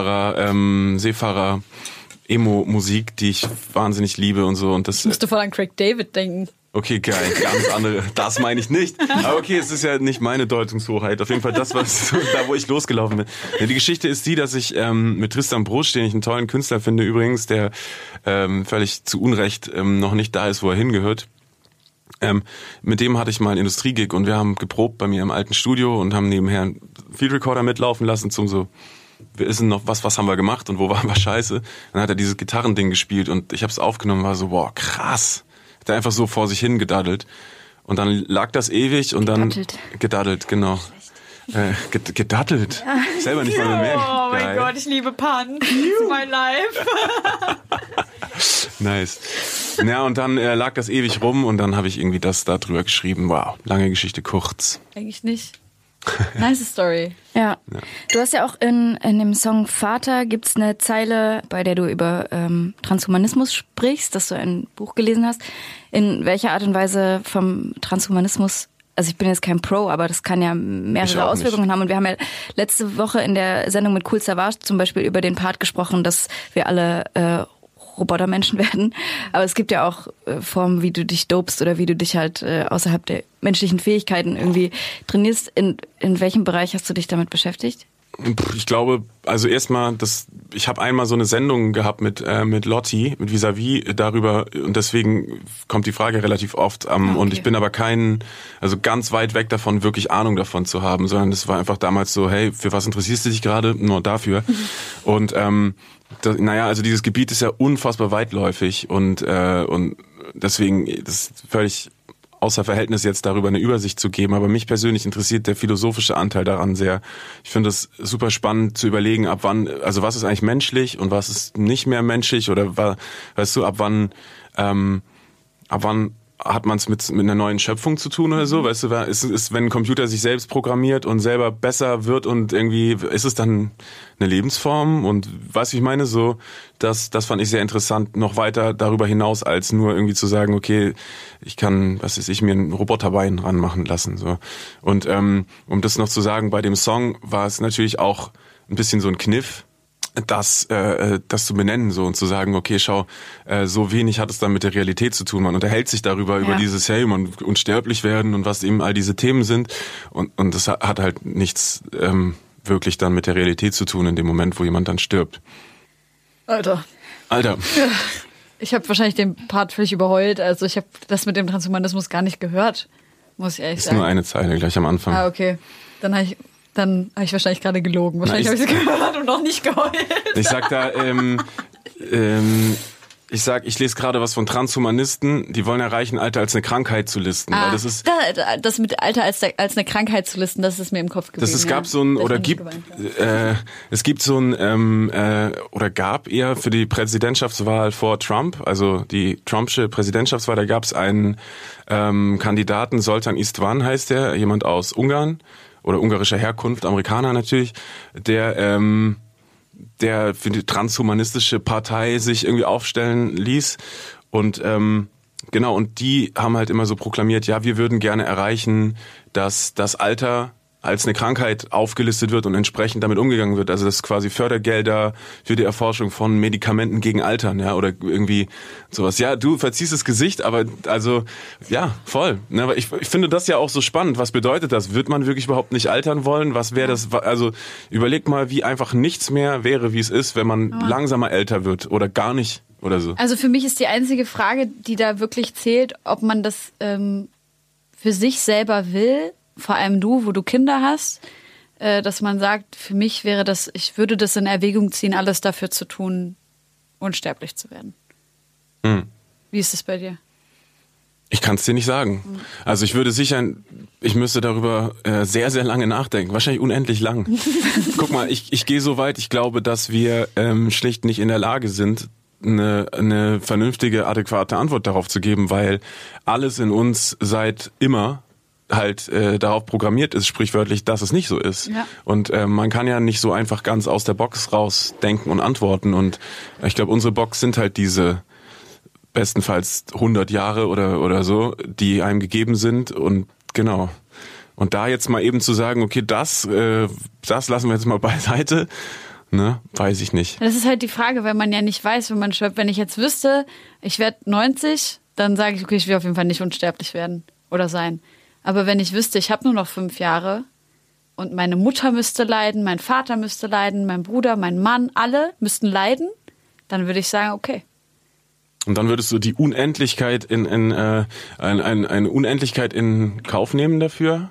Seefahrer-Emo-Musik, die ich wahnsinnig liebe und so. Und das, ich musste voll an Craig David denken. Okay, geil, ganz andere. Das meine ich nicht. Aber okay, es ist ja nicht meine Deutungshoheit. Auf jeden Fall das, was da, wo ich losgelaufen bin. Ja, die Geschichte ist die, dass ich mit Tristan Brusch, den ich einen tollen Künstler finde übrigens, der völlig zu Unrecht noch nicht da ist, wo er hingehört. Mit dem hatte ich mal einen Industriegig und wir haben geprobt bei mir im alten Studio und haben nebenher einen Field Recorder mitlaufen lassen zum so, wir wissen noch was haben wir gemacht und wo waren wir scheiße. Dann hat er dieses Gitarrending gespielt und ich habe es aufgenommen, war so, boah, krass. Hat er einfach so vor sich hin gedaddelt. Und dann lag das ewig und dann gedaddelt, genau. Gedaddelt. Ja. Selber nicht mal bemerkt. Oh mein Gott, ich liebe Pan. It's my life. Nice. Ja, und dann lag das ewig rum und dann habe ich irgendwie das da drüber geschrieben. Wow, lange Geschichte kurz. Eigentlich nicht. Nice Story. Ja. Du hast ja auch in dem Song Vater gibt's eine Zeile, bei der du über Transhumanismus sprichst, dass du ein Buch gelesen hast. In welcher Art und Weise vom Transhumanismus, also ich bin jetzt kein Pro, aber das kann ja mehrere Auswirkungen haben. Und wir haben ja letzte Woche in der Sendung mit Kool Savas zum Beispiel über den Part gesprochen, dass wir alle Robotermenschen werden. Aber es gibt ja auch Formen, wie du dich dopst oder wie du dich halt außerhalb der menschlichen Fähigkeiten irgendwie trainierst. In welchem Bereich hast du dich damit beschäftigt? Ich glaube, also erstmal, ich habe einmal so eine Sendung gehabt mit Lotti, mit Vis-a-vis darüber und deswegen kommt die Frage relativ oft. Okay. Und ich bin aber also ganz weit weg davon, wirklich Ahnung davon zu haben, sondern es war einfach damals so, hey, für was interessierst du dich gerade? Nur dafür. Und also dieses Gebiet ist ja unfassbar weitläufig und deswegen das ist völlig außer Verhältnis jetzt darüber eine Übersicht zu geben, aber mich persönlich interessiert der philosophische Anteil daran sehr. Ich finde es super spannend zu überlegen, ab wann, also was ist eigentlich menschlich und was ist nicht mehr menschlich oder weißt du, ab wann hat man es mit einer neuen Schöpfung zu tun oder so, weißt du, ist wenn ein Computer sich selbst programmiert und selber besser wird und irgendwie ist es dann eine Lebensform und weißt du, ich meine, so das fand ich sehr interessant, noch weiter darüber hinaus als nur irgendwie zu sagen, okay, ich kann, mir ein Roboterbein ranmachen lassen, so. Und um das noch zu sagen, bei dem Song war es natürlich auch ein bisschen so ein Kniff, das zu benennen so und zu sagen, okay, schau, so wenig hat es dann mit der Realität zu tun. Man unterhält sich darüber, über dieses, hey, man unsterblich werden und was eben all diese Themen sind. Und das hat halt nichts wirklich dann mit der Realität zu tun in dem Moment, wo jemand dann stirbt. Alter. Ich habe wahrscheinlich den Part völlig überheult. Also ich habe das mit dem Transhumanismus gar nicht gehört, muss ich ehrlich sagen. Ist nur eine Zeile gleich am Anfang. Ah, okay. Dann habe ich wahrscheinlich gerade gelogen. Wahrscheinlich habe ich es gehört und noch nicht geheult. Ich sag da, ich lese gerade was von Transhumanisten, die wollen erreichen, Alter als eine Krankheit zu listen. Weil das ist das mit Alter als eine Krankheit zu listen, das ist mir im Kopf geblieben. Es gab so ein, oder gibt, es gibt so ein, oder gab eher für die Präsidentschaftswahl vor Trump, also die Trumpsche Präsidentschaftswahl, da gab es einen Kandidaten, Zoltán István heißt der, jemand aus Ungarn oder ungarischer Herkunft, Amerikaner natürlich, der für die transhumanistische Partei sich irgendwie aufstellen ließ und genau, und die haben halt immer so proklamiert, ja, wir würden gerne erreichen, dass das Alter als eine Krankheit aufgelistet wird und entsprechend damit umgegangen wird. Also das ist quasi Fördergelder für die Erforschung von Medikamenten gegen Altern, ja, oder irgendwie sowas. Ja, du verziehst das Gesicht, aber also, ja, voll. Ne, aber ich finde das ja auch so spannend. Was bedeutet das? Wird man wirklich überhaupt nicht altern wollen? Was wäre das? Also überleg mal, wie einfach nichts mehr wäre, wie es ist, wenn man langsamer älter wird oder gar nicht oder so. Also für mich ist die einzige Frage, die da wirklich zählt, ob man das für sich selber will, vor allem du, wo du Kinder hast, dass man sagt, für mich wäre das, ich würde das in Erwägung ziehen, alles dafür zu tun, unsterblich zu werden. Wie ist es bei dir? Ich kann es dir nicht sagen. Also ich müsste darüber sehr, sehr lange nachdenken. Wahrscheinlich unendlich lang. Guck mal, ich gehe so weit, ich glaube, dass wir schlicht nicht in der Lage sind, eine vernünftige, adäquate Antwort darauf zu geben, weil alles in uns seit immer halt darauf programmiert ist, sprichwörtlich, dass es nicht so ist. Ja. Und man kann ja nicht so einfach ganz aus der Box raus denken und antworten. Und ich glaube, unsere Box sind halt diese bestenfalls 100 Jahre oder so, die einem gegeben sind. Und genau. Und da jetzt mal eben zu sagen, okay, das lassen wir jetzt mal beiseite, ne, weiß ich nicht. Das ist halt die Frage, wenn man ja nicht weiß, wenn man stirbt. Wenn ich jetzt wüsste, ich werde 90, dann sage ich, okay, ich will auf jeden Fall nicht unsterblich werden oder sein. Aber wenn ich wüsste, ich habe nur noch 5 Jahre und meine Mutter müsste leiden, mein Vater müsste leiden, mein Bruder, mein Mann, alle müssten leiden, dann würde ich sagen, okay. Und dann würdest du die Unendlichkeit eine Unendlichkeit in Kauf nehmen dafür?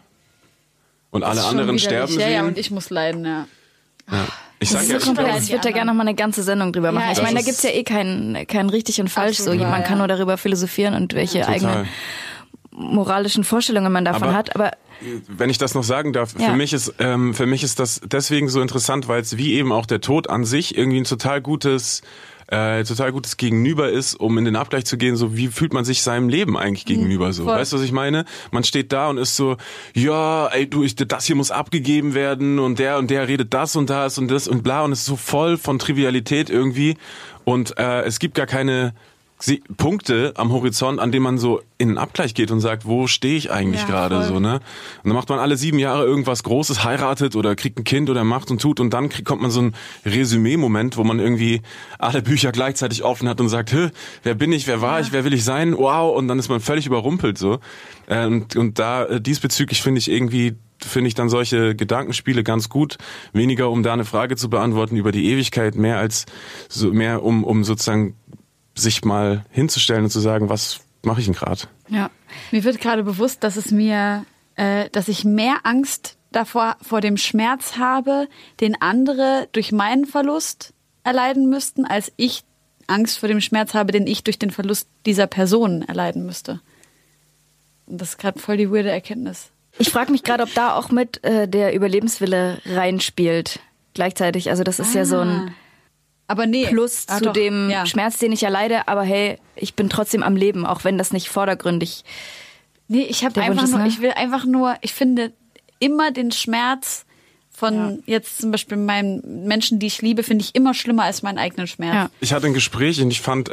Und alle anderen sterben sehen? Ja, und ich muss leiden, ja. Ich sag ja, ich würde da gerne noch mal eine ganze Sendung drüber machen. Ich meine, da gibt's ja kein richtig und falsch. So, man kann nur darüber philosophieren und welche eigenen moralischen Vorstellungen man davon hat, aber wenn ich das noch sagen darf, für mich ist das deswegen so interessant, weil es wie eben auch der Tod an sich irgendwie ein total gutes Gegenüber ist, um in den Abgleich zu gehen, so wie fühlt man sich seinem Leben eigentlich gegenüber so. Voll. Weißt du, was ich meine? Man steht da und ist so, ja, ey, das hier muss abgegeben werden und der redet das und das und das und bla und es ist so voll von Trivialität irgendwie und es gibt gar keine Punkte am Horizont, an denen man so in den Abgleich geht und sagt, wo stehe ich eigentlich gerade so, ne? Und dann macht man alle 7 Jahre irgendwas Großes, heiratet oder kriegt ein Kind oder macht und tut und dann kommt man so ein Resümee-Moment, wo man irgendwie alle Bücher gleichzeitig offen hat und sagt, wer bin ich, wer war ich, wer will ich sein, wow, und dann ist man völlig überrumpelt so. Und da diesbezüglich finde ich dann solche Gedankenspiele ganz gut, weniger um da eine Frage zu beantworten über die Ewigkeit, mehr um sozusagen sich mal hinzustellen und zu sagen, was mache ich denn gerade? Ja, mir wird gerade bewusst, dass ich mehr Angst vor dem Schmerz habe, den andere durch meinen Verlust erleiden müssten, als ich Angst vor dem Schmerz habe, den ich durch den Verlust dieser Person erleiden müsste. Und das ist gerade voll die weirde Erkenntnis. Ich frage mich gerade, ob da auch mit der Überlebenswille reinspielt. Gleichzeitig, also das ist ja so ein Plus zu dem Schmerz, den ich erleide, aber hey, ich bin trotzdem am Leben, auch wenn das nicht vordergründig. Nee, ich finde immer den Schmerz von jetzt zum Beispiel meinen Menschen, die ich liebe, finde ich immer schlimmer als meinen eigenen Schmerz. Ja. Ich hatte ein Gespräch und ich fand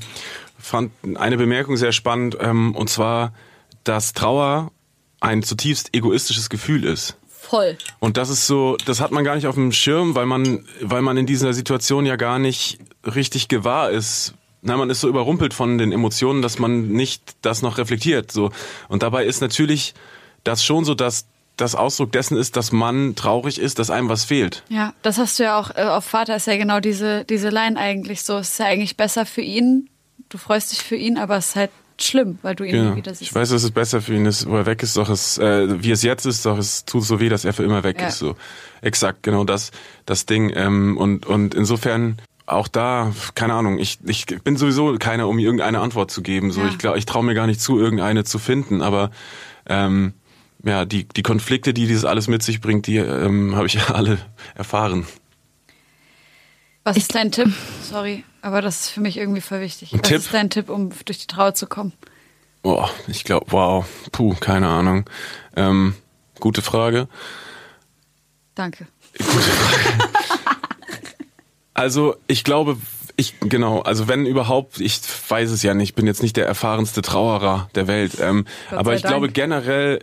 eine Bemerkung sehr spannend, und zwar, dass Trauer ein zutiefst egoistisches Gefühl ist. Voll. Und das ist so, das hat man gar nicht auf dem Schirm, weil man in dieser Situation ja gar nicht richtig gewahr ist. Man ist so überrumpelt von den Emotionen, dass man nicht das noch reflektiert. So. Und dabei ist natürlich das schon so, dass das Ausdruck dessen ist, dass man traurig ist, dass einem was fehlt. Ja, das hast du ja auch auf Vater, ist ja genau diese Line eigentlich so. Es ist ja eigentlich besser für ihn, du freust dich für ihn, aber es ist halt schlimm, weil du ihn nie wieder siehst. Ich weiß, dass es besser für ihn ist, wo er weg ist, doch wie es jetzt ist, doch es tut so weh, dass er für immer weg ist. So. Exakt, genau das Ding. Und insofern auch da, keine Ahnung, ich bin sowieso keiner, um irgendeine Antwort zu geben. So, ich traue mir gar nicht zu, irgendeine zu finden, aber die Konflikte, die dieses alles mit sich bringt, die habe ich ja alle erfahren. Was ist dein Tipp? Sorry, aber das ist für mich irgendwie voll wichtig. Was ist dein Tipp, um durch die Trauer zu kommen? Ich glaube, keine Ahnung. Gute Frage. Danke. Gute Frage. Also, ich glaube, wenn überhaupt, ich weiß es ja nicht, ich bin jetzt nicht der erfahrenste Trauerer der Welt, aber ich glaube generell,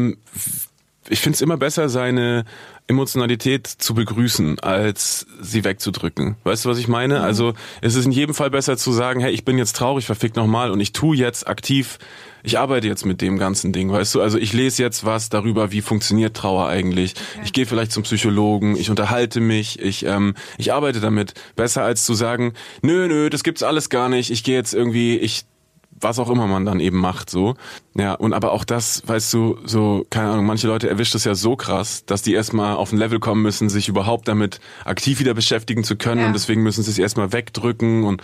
ich finde es immer besser, seine Emotionalität zu begrüßen, als sie wegzudrücken. Weißt du, was ich meine? Mhm. Also es ist in jedem Fall besser zu sagen, hey, ich bin jetzt traurig, verfickt nochmal, und ich tue jetzt aktiv, ich arbeite jetzt mit dem ganzen Ding, weißt du? Also ich lese jetzt was darüber, wie funktioniert Trauer eigentlich. Okay. Ich gehe vielleicht zum Psychologen, ich unterhalte mich, ich arbeite damit. Besser als zu sagen, nö, das gibt's alles gar nicht, ich gehe jetzt irgendwie, was auch immer man dann eben macht, so. Ja, und aber auch das, weißt du, so, keine Ahnung, manche Leute erwischt es ja so krass, dass die erstmal auf ein Level kommen müssen, sich überhaupt damit aktiv wieder beschäftigen zu können, und deswegen müssen sie es erstmal wegdrücken, und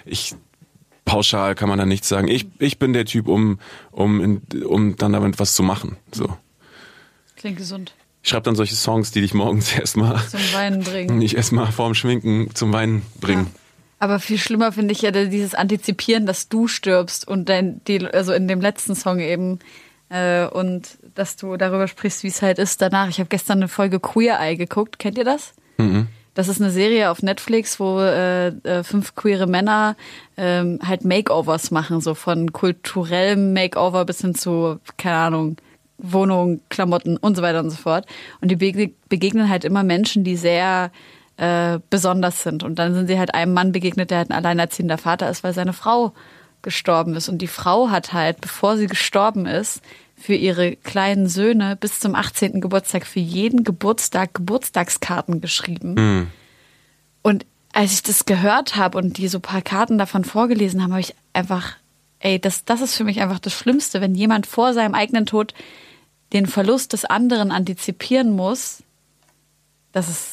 pauschal kann man da nichts sagen. Ich bin der Typ, um dann damit was zu machen, so. Klingt gesund. Ich schreibe dann solche Songs, die dich morgens erstmal zum Weinen bringen. Nicht erstmal vorm Schminken zum Weinen bringen. Ja. Aber viel schlimmer finde ich ja dieses Antizipieren, dass du stirbst, und also in dem letzten Song eben, und dass du darüber sprichst, wie es halt ist danach. Ich habe gestern eine Folge Queer Eye geguckt. Kennt ihr das? Mhm. Das ist eine Serie auf Netflix, wo 5 queere Männer halt Makeovers machen, so von kulturellem Makeover bis hin zu, keine Ahnung, Wohnung, Klamotten und so weiter und so fort. Und die begegnen halt immer Menschen, die sehr besonders sind. Und dann sind sie halt einem Mann begegnet, der halt ein alleinerziehender Vater ist, weil seine Frau gestorben ist. Und die Frau hat halt, bevor sie gestorben ist, für ihre kleinen Söhne bis zum 18. Geburtstag für jeden Geburtstag Geburtstagskarten geschrieben. Mhm. Und als ich das gehört habe und die so ein paar Karten davon vorgelesen haben, habe ich einfach, das ist für mich einfach das Schlimmste, wenn jemand vor seinem eigenen Tod den Verlust des anderen antizipieren muss. Das ist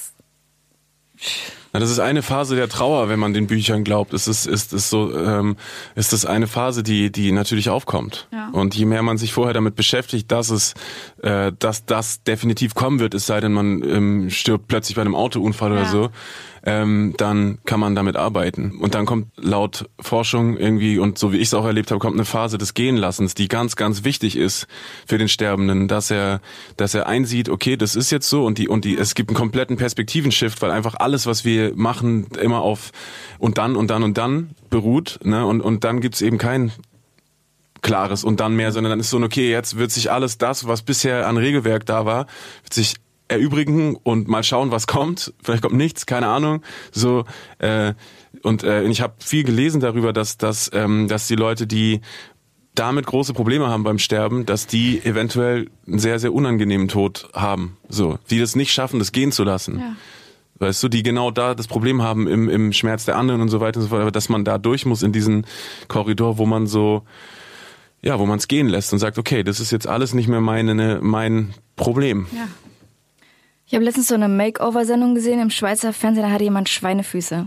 eine Phase der Trauer, wenn man den Büchern glaubt. Ist das eine Phase, die natürlich aufkommt. Ja. Und je mehr man sich vorher damit beschäftigt, dass das definitiv kommen wird, es sei denn, man stirbt plötzlich bei einem Autounfall oder so, dann kann man damit arbeiten. Und dann kommt laut Forschung irgendwie, und so wie ich es auch erlebt habe, kommt eine Phase des Gehenlassens, die ganz, ganz wichtig ist für den Sterbenden, dass er einsieht, okay, das ist jetzt so, und es gibt einen kompletten Perspektivenshift, weil einfach alles, was wir machen, immer auf und dann beruht, ne? Und dann gibt's eben kein klares und dann mehr, sondern dann ist so, okay, jetzt wird sich alles das, was bisher an Regelwerk da war, wird sich erübrigen und mal schauen, was kommt. Vielleicht kommt nichts, keine Ahnung. So und ich habe viel gelesen darüber, dass die Leute, die damit große Probleme haben beim Sterben, dass die eventuell einen sehr, sehr unangenehmen Tod haben. So, die das nicht schaffen, das gehen zu lassen. Ja. Weißt du, die genau da das Problem haben im Schmerz der anderen und so weiter und so fort, aber dass man da durch muss in diesen Korridor, wo man es gehen lässt und sagt, okay, das ist jetzt alles nicht mehr mein Problem. Ja. Ich habe letztens so eine Makeover-Sendung gesehen im Schweizer Fernsehen, da hatte jemand Schweinefüße.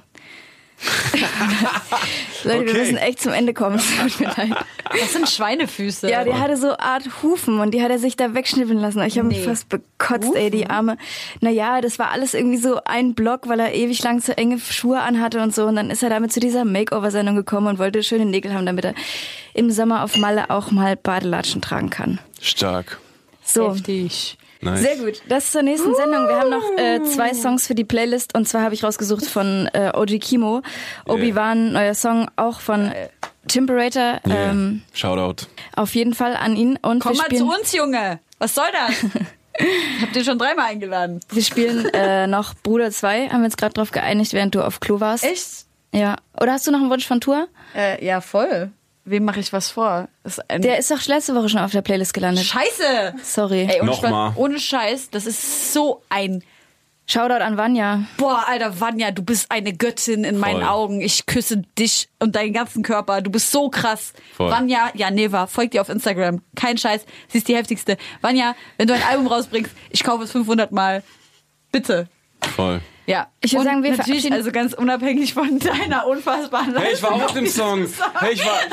Leute, wir müssen echt zum Ende kommen. Tut mir leid. Was sind Schweinefüße? Ja, die hatte so Art Hufen und die hat er sich da wegschnippeln lassen. Ich habe mich fast bekotzt, die Arme. Naja, das war alles irgendwie so ein Block, weil er ewig lang so enge Schuhe anhatte und so. Und dann ist er damit zu dieser Makeover-Sendung gekommen und wollte schöne Nägel haben, damit er im Sommer auf Malle auch mal Badelatschen tragen kann. Stark. So. Heftig. Nice. Sehr gut. Das zur nächsten Sendung. Wir haben noch 2 Songs für die Playlist, und zwar habe ich rausgesucht von OG Kimo. Obi-Wan, neuer Song, auch von Timperator. Shoutout. Auf jeden Fall an ihn. Und komm mal zu uns, Junge. Was soll das? Ich hab den schon 3-mal eingeladen. Wir spielen noch Bruder 2, haben wir uns gerade drauf geeinigt, während du auf Klo warst. Echt? Ja. Oder hast du noch einen Wunsch von Tour? Ja, voll. Wem mache ich was vor? Der ist doch letzte Woche schon auf der Playlist gelandet. Scheiße! Sorry. Ey, Nochmal. Ohne Scheiß, das ist so ein... Shoutout an Vanja. Boah, Alter, Vanja, du bist eine Göttin in meinen Augen. Ich küsse dich und deinen ganzen Körper. Du bist so krass. Voll. Vanja Janeva, folgt dir auf Instagram. Kein Scheiß, sie ist die heftigste. Vanja, wenn du ein Album rausbringst, ich kaufe es 500 Mal. Bitte. Voll. Ja, ich würde sagen, wir natürlich, verabschieden, also ganz unabhängig von deiner unfassbaren Leistung. Hey, ich war auch auf dem Song. Hey,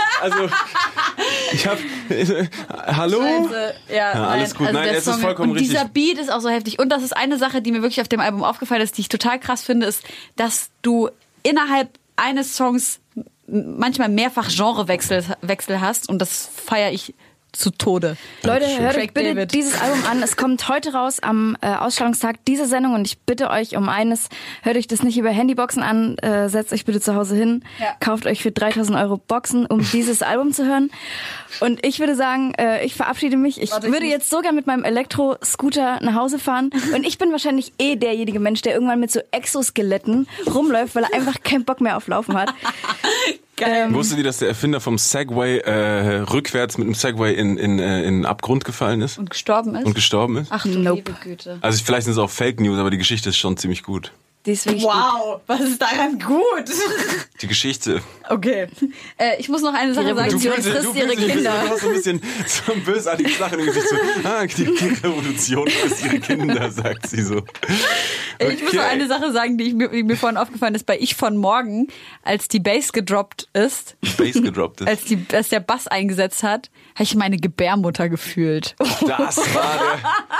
ich hab, hallo? Scheiße. Ja, alles gut. Also nein, es Song, ist vollkommen und richtig. dieser Beat ist auch so heftig. Und das ist eine Sache, die mir wirklich auf dem Album aufgefallen ist, die ich total krass finde, ist, dass du innerhalb eines Songs manchmal mehrfach Genrewechsel hast. Und das feiere ich zu Tode. Leute, hört euch bitte David. dieses Album an. Es kommt heute raus am Ausstrahlungstag dieser Sendung und ich bitte euch um eines, hört euch das nicht über Handyboxen an, setzt euch bitte zu Hause hin, kauft euch für 3.000 € Boxen, um dieses Album zu hören. Und ich würde sagen, ich verabschiede mich. Ich würde jetzt sogar mit meinem Elektro-Scooter nach Hause fahren und ich bin wahrscheinlich derjenige Mensch, der irgendwann mit so Exoskeletten rumläuft, weil er einfach keinen Bock mehr auf Laufen hat. Wusstet ihr, dass der Erfinder vom Segway rückwärts mit einem Segway in den Abgrund gefallen ist? Und gestorben ist? Ach du liebe Güte. Also vielleicht sind es auch Fake News, aber die Geschichte ist schon ziemlich gut. Die ist wirklich wow, was ist daran gut? Die Geschichte. Okay. Ich muss noch eine Sache sagen. Revolution frisst ihre Kinder. Du hast so ein bisschen so ein bösartiges Lachen im Gesicht. So, die Revolution frisst ihre Kinder, sagt sie so. Okay. Ich muss noch eine Sache sagen, die mir vorhin aufgefallen ist bei Ich von Morgen, als die Bass gedroppt ist. Als der Bass eingesetzt hat, habe ich meine Gebärmutter gefühlt. Das war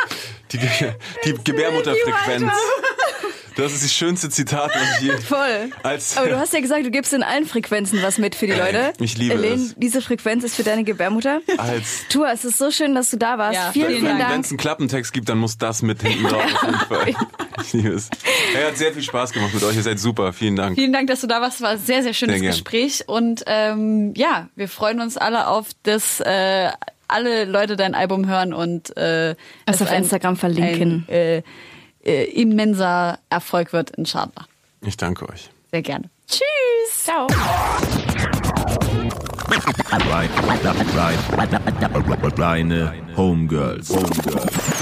die Gebärmutterfrequenz. Das ist das schönste Zitat, was ich je... Voll. Aber du hast ja gesagt, du gibst in allen Frequenzen was mit für die Leute. Ich liebe es. Diese Frequenz ist für deine Gebärmutter. Tua, es ist so schön, dass du da warst. Ja, vielen Dank. Wenn es einen Klappentext gibt, dann muss das mit hinten drauf. Ich liebe es. Er hat sehr viel Spaß gemacht mit euch. Ihr seid super. Vielen Dank. Dass du da warst. Es war ein sehr, sehr schönes Gespräch. Und wir freuen uns alle auf das... alle Leute dein Album hören und es auf Instagram verlinken. Immenser Erfolg wird, inshallah. Ich danke euch. Sehr gerne. Tschüss. Ciao. Reine Homegirls.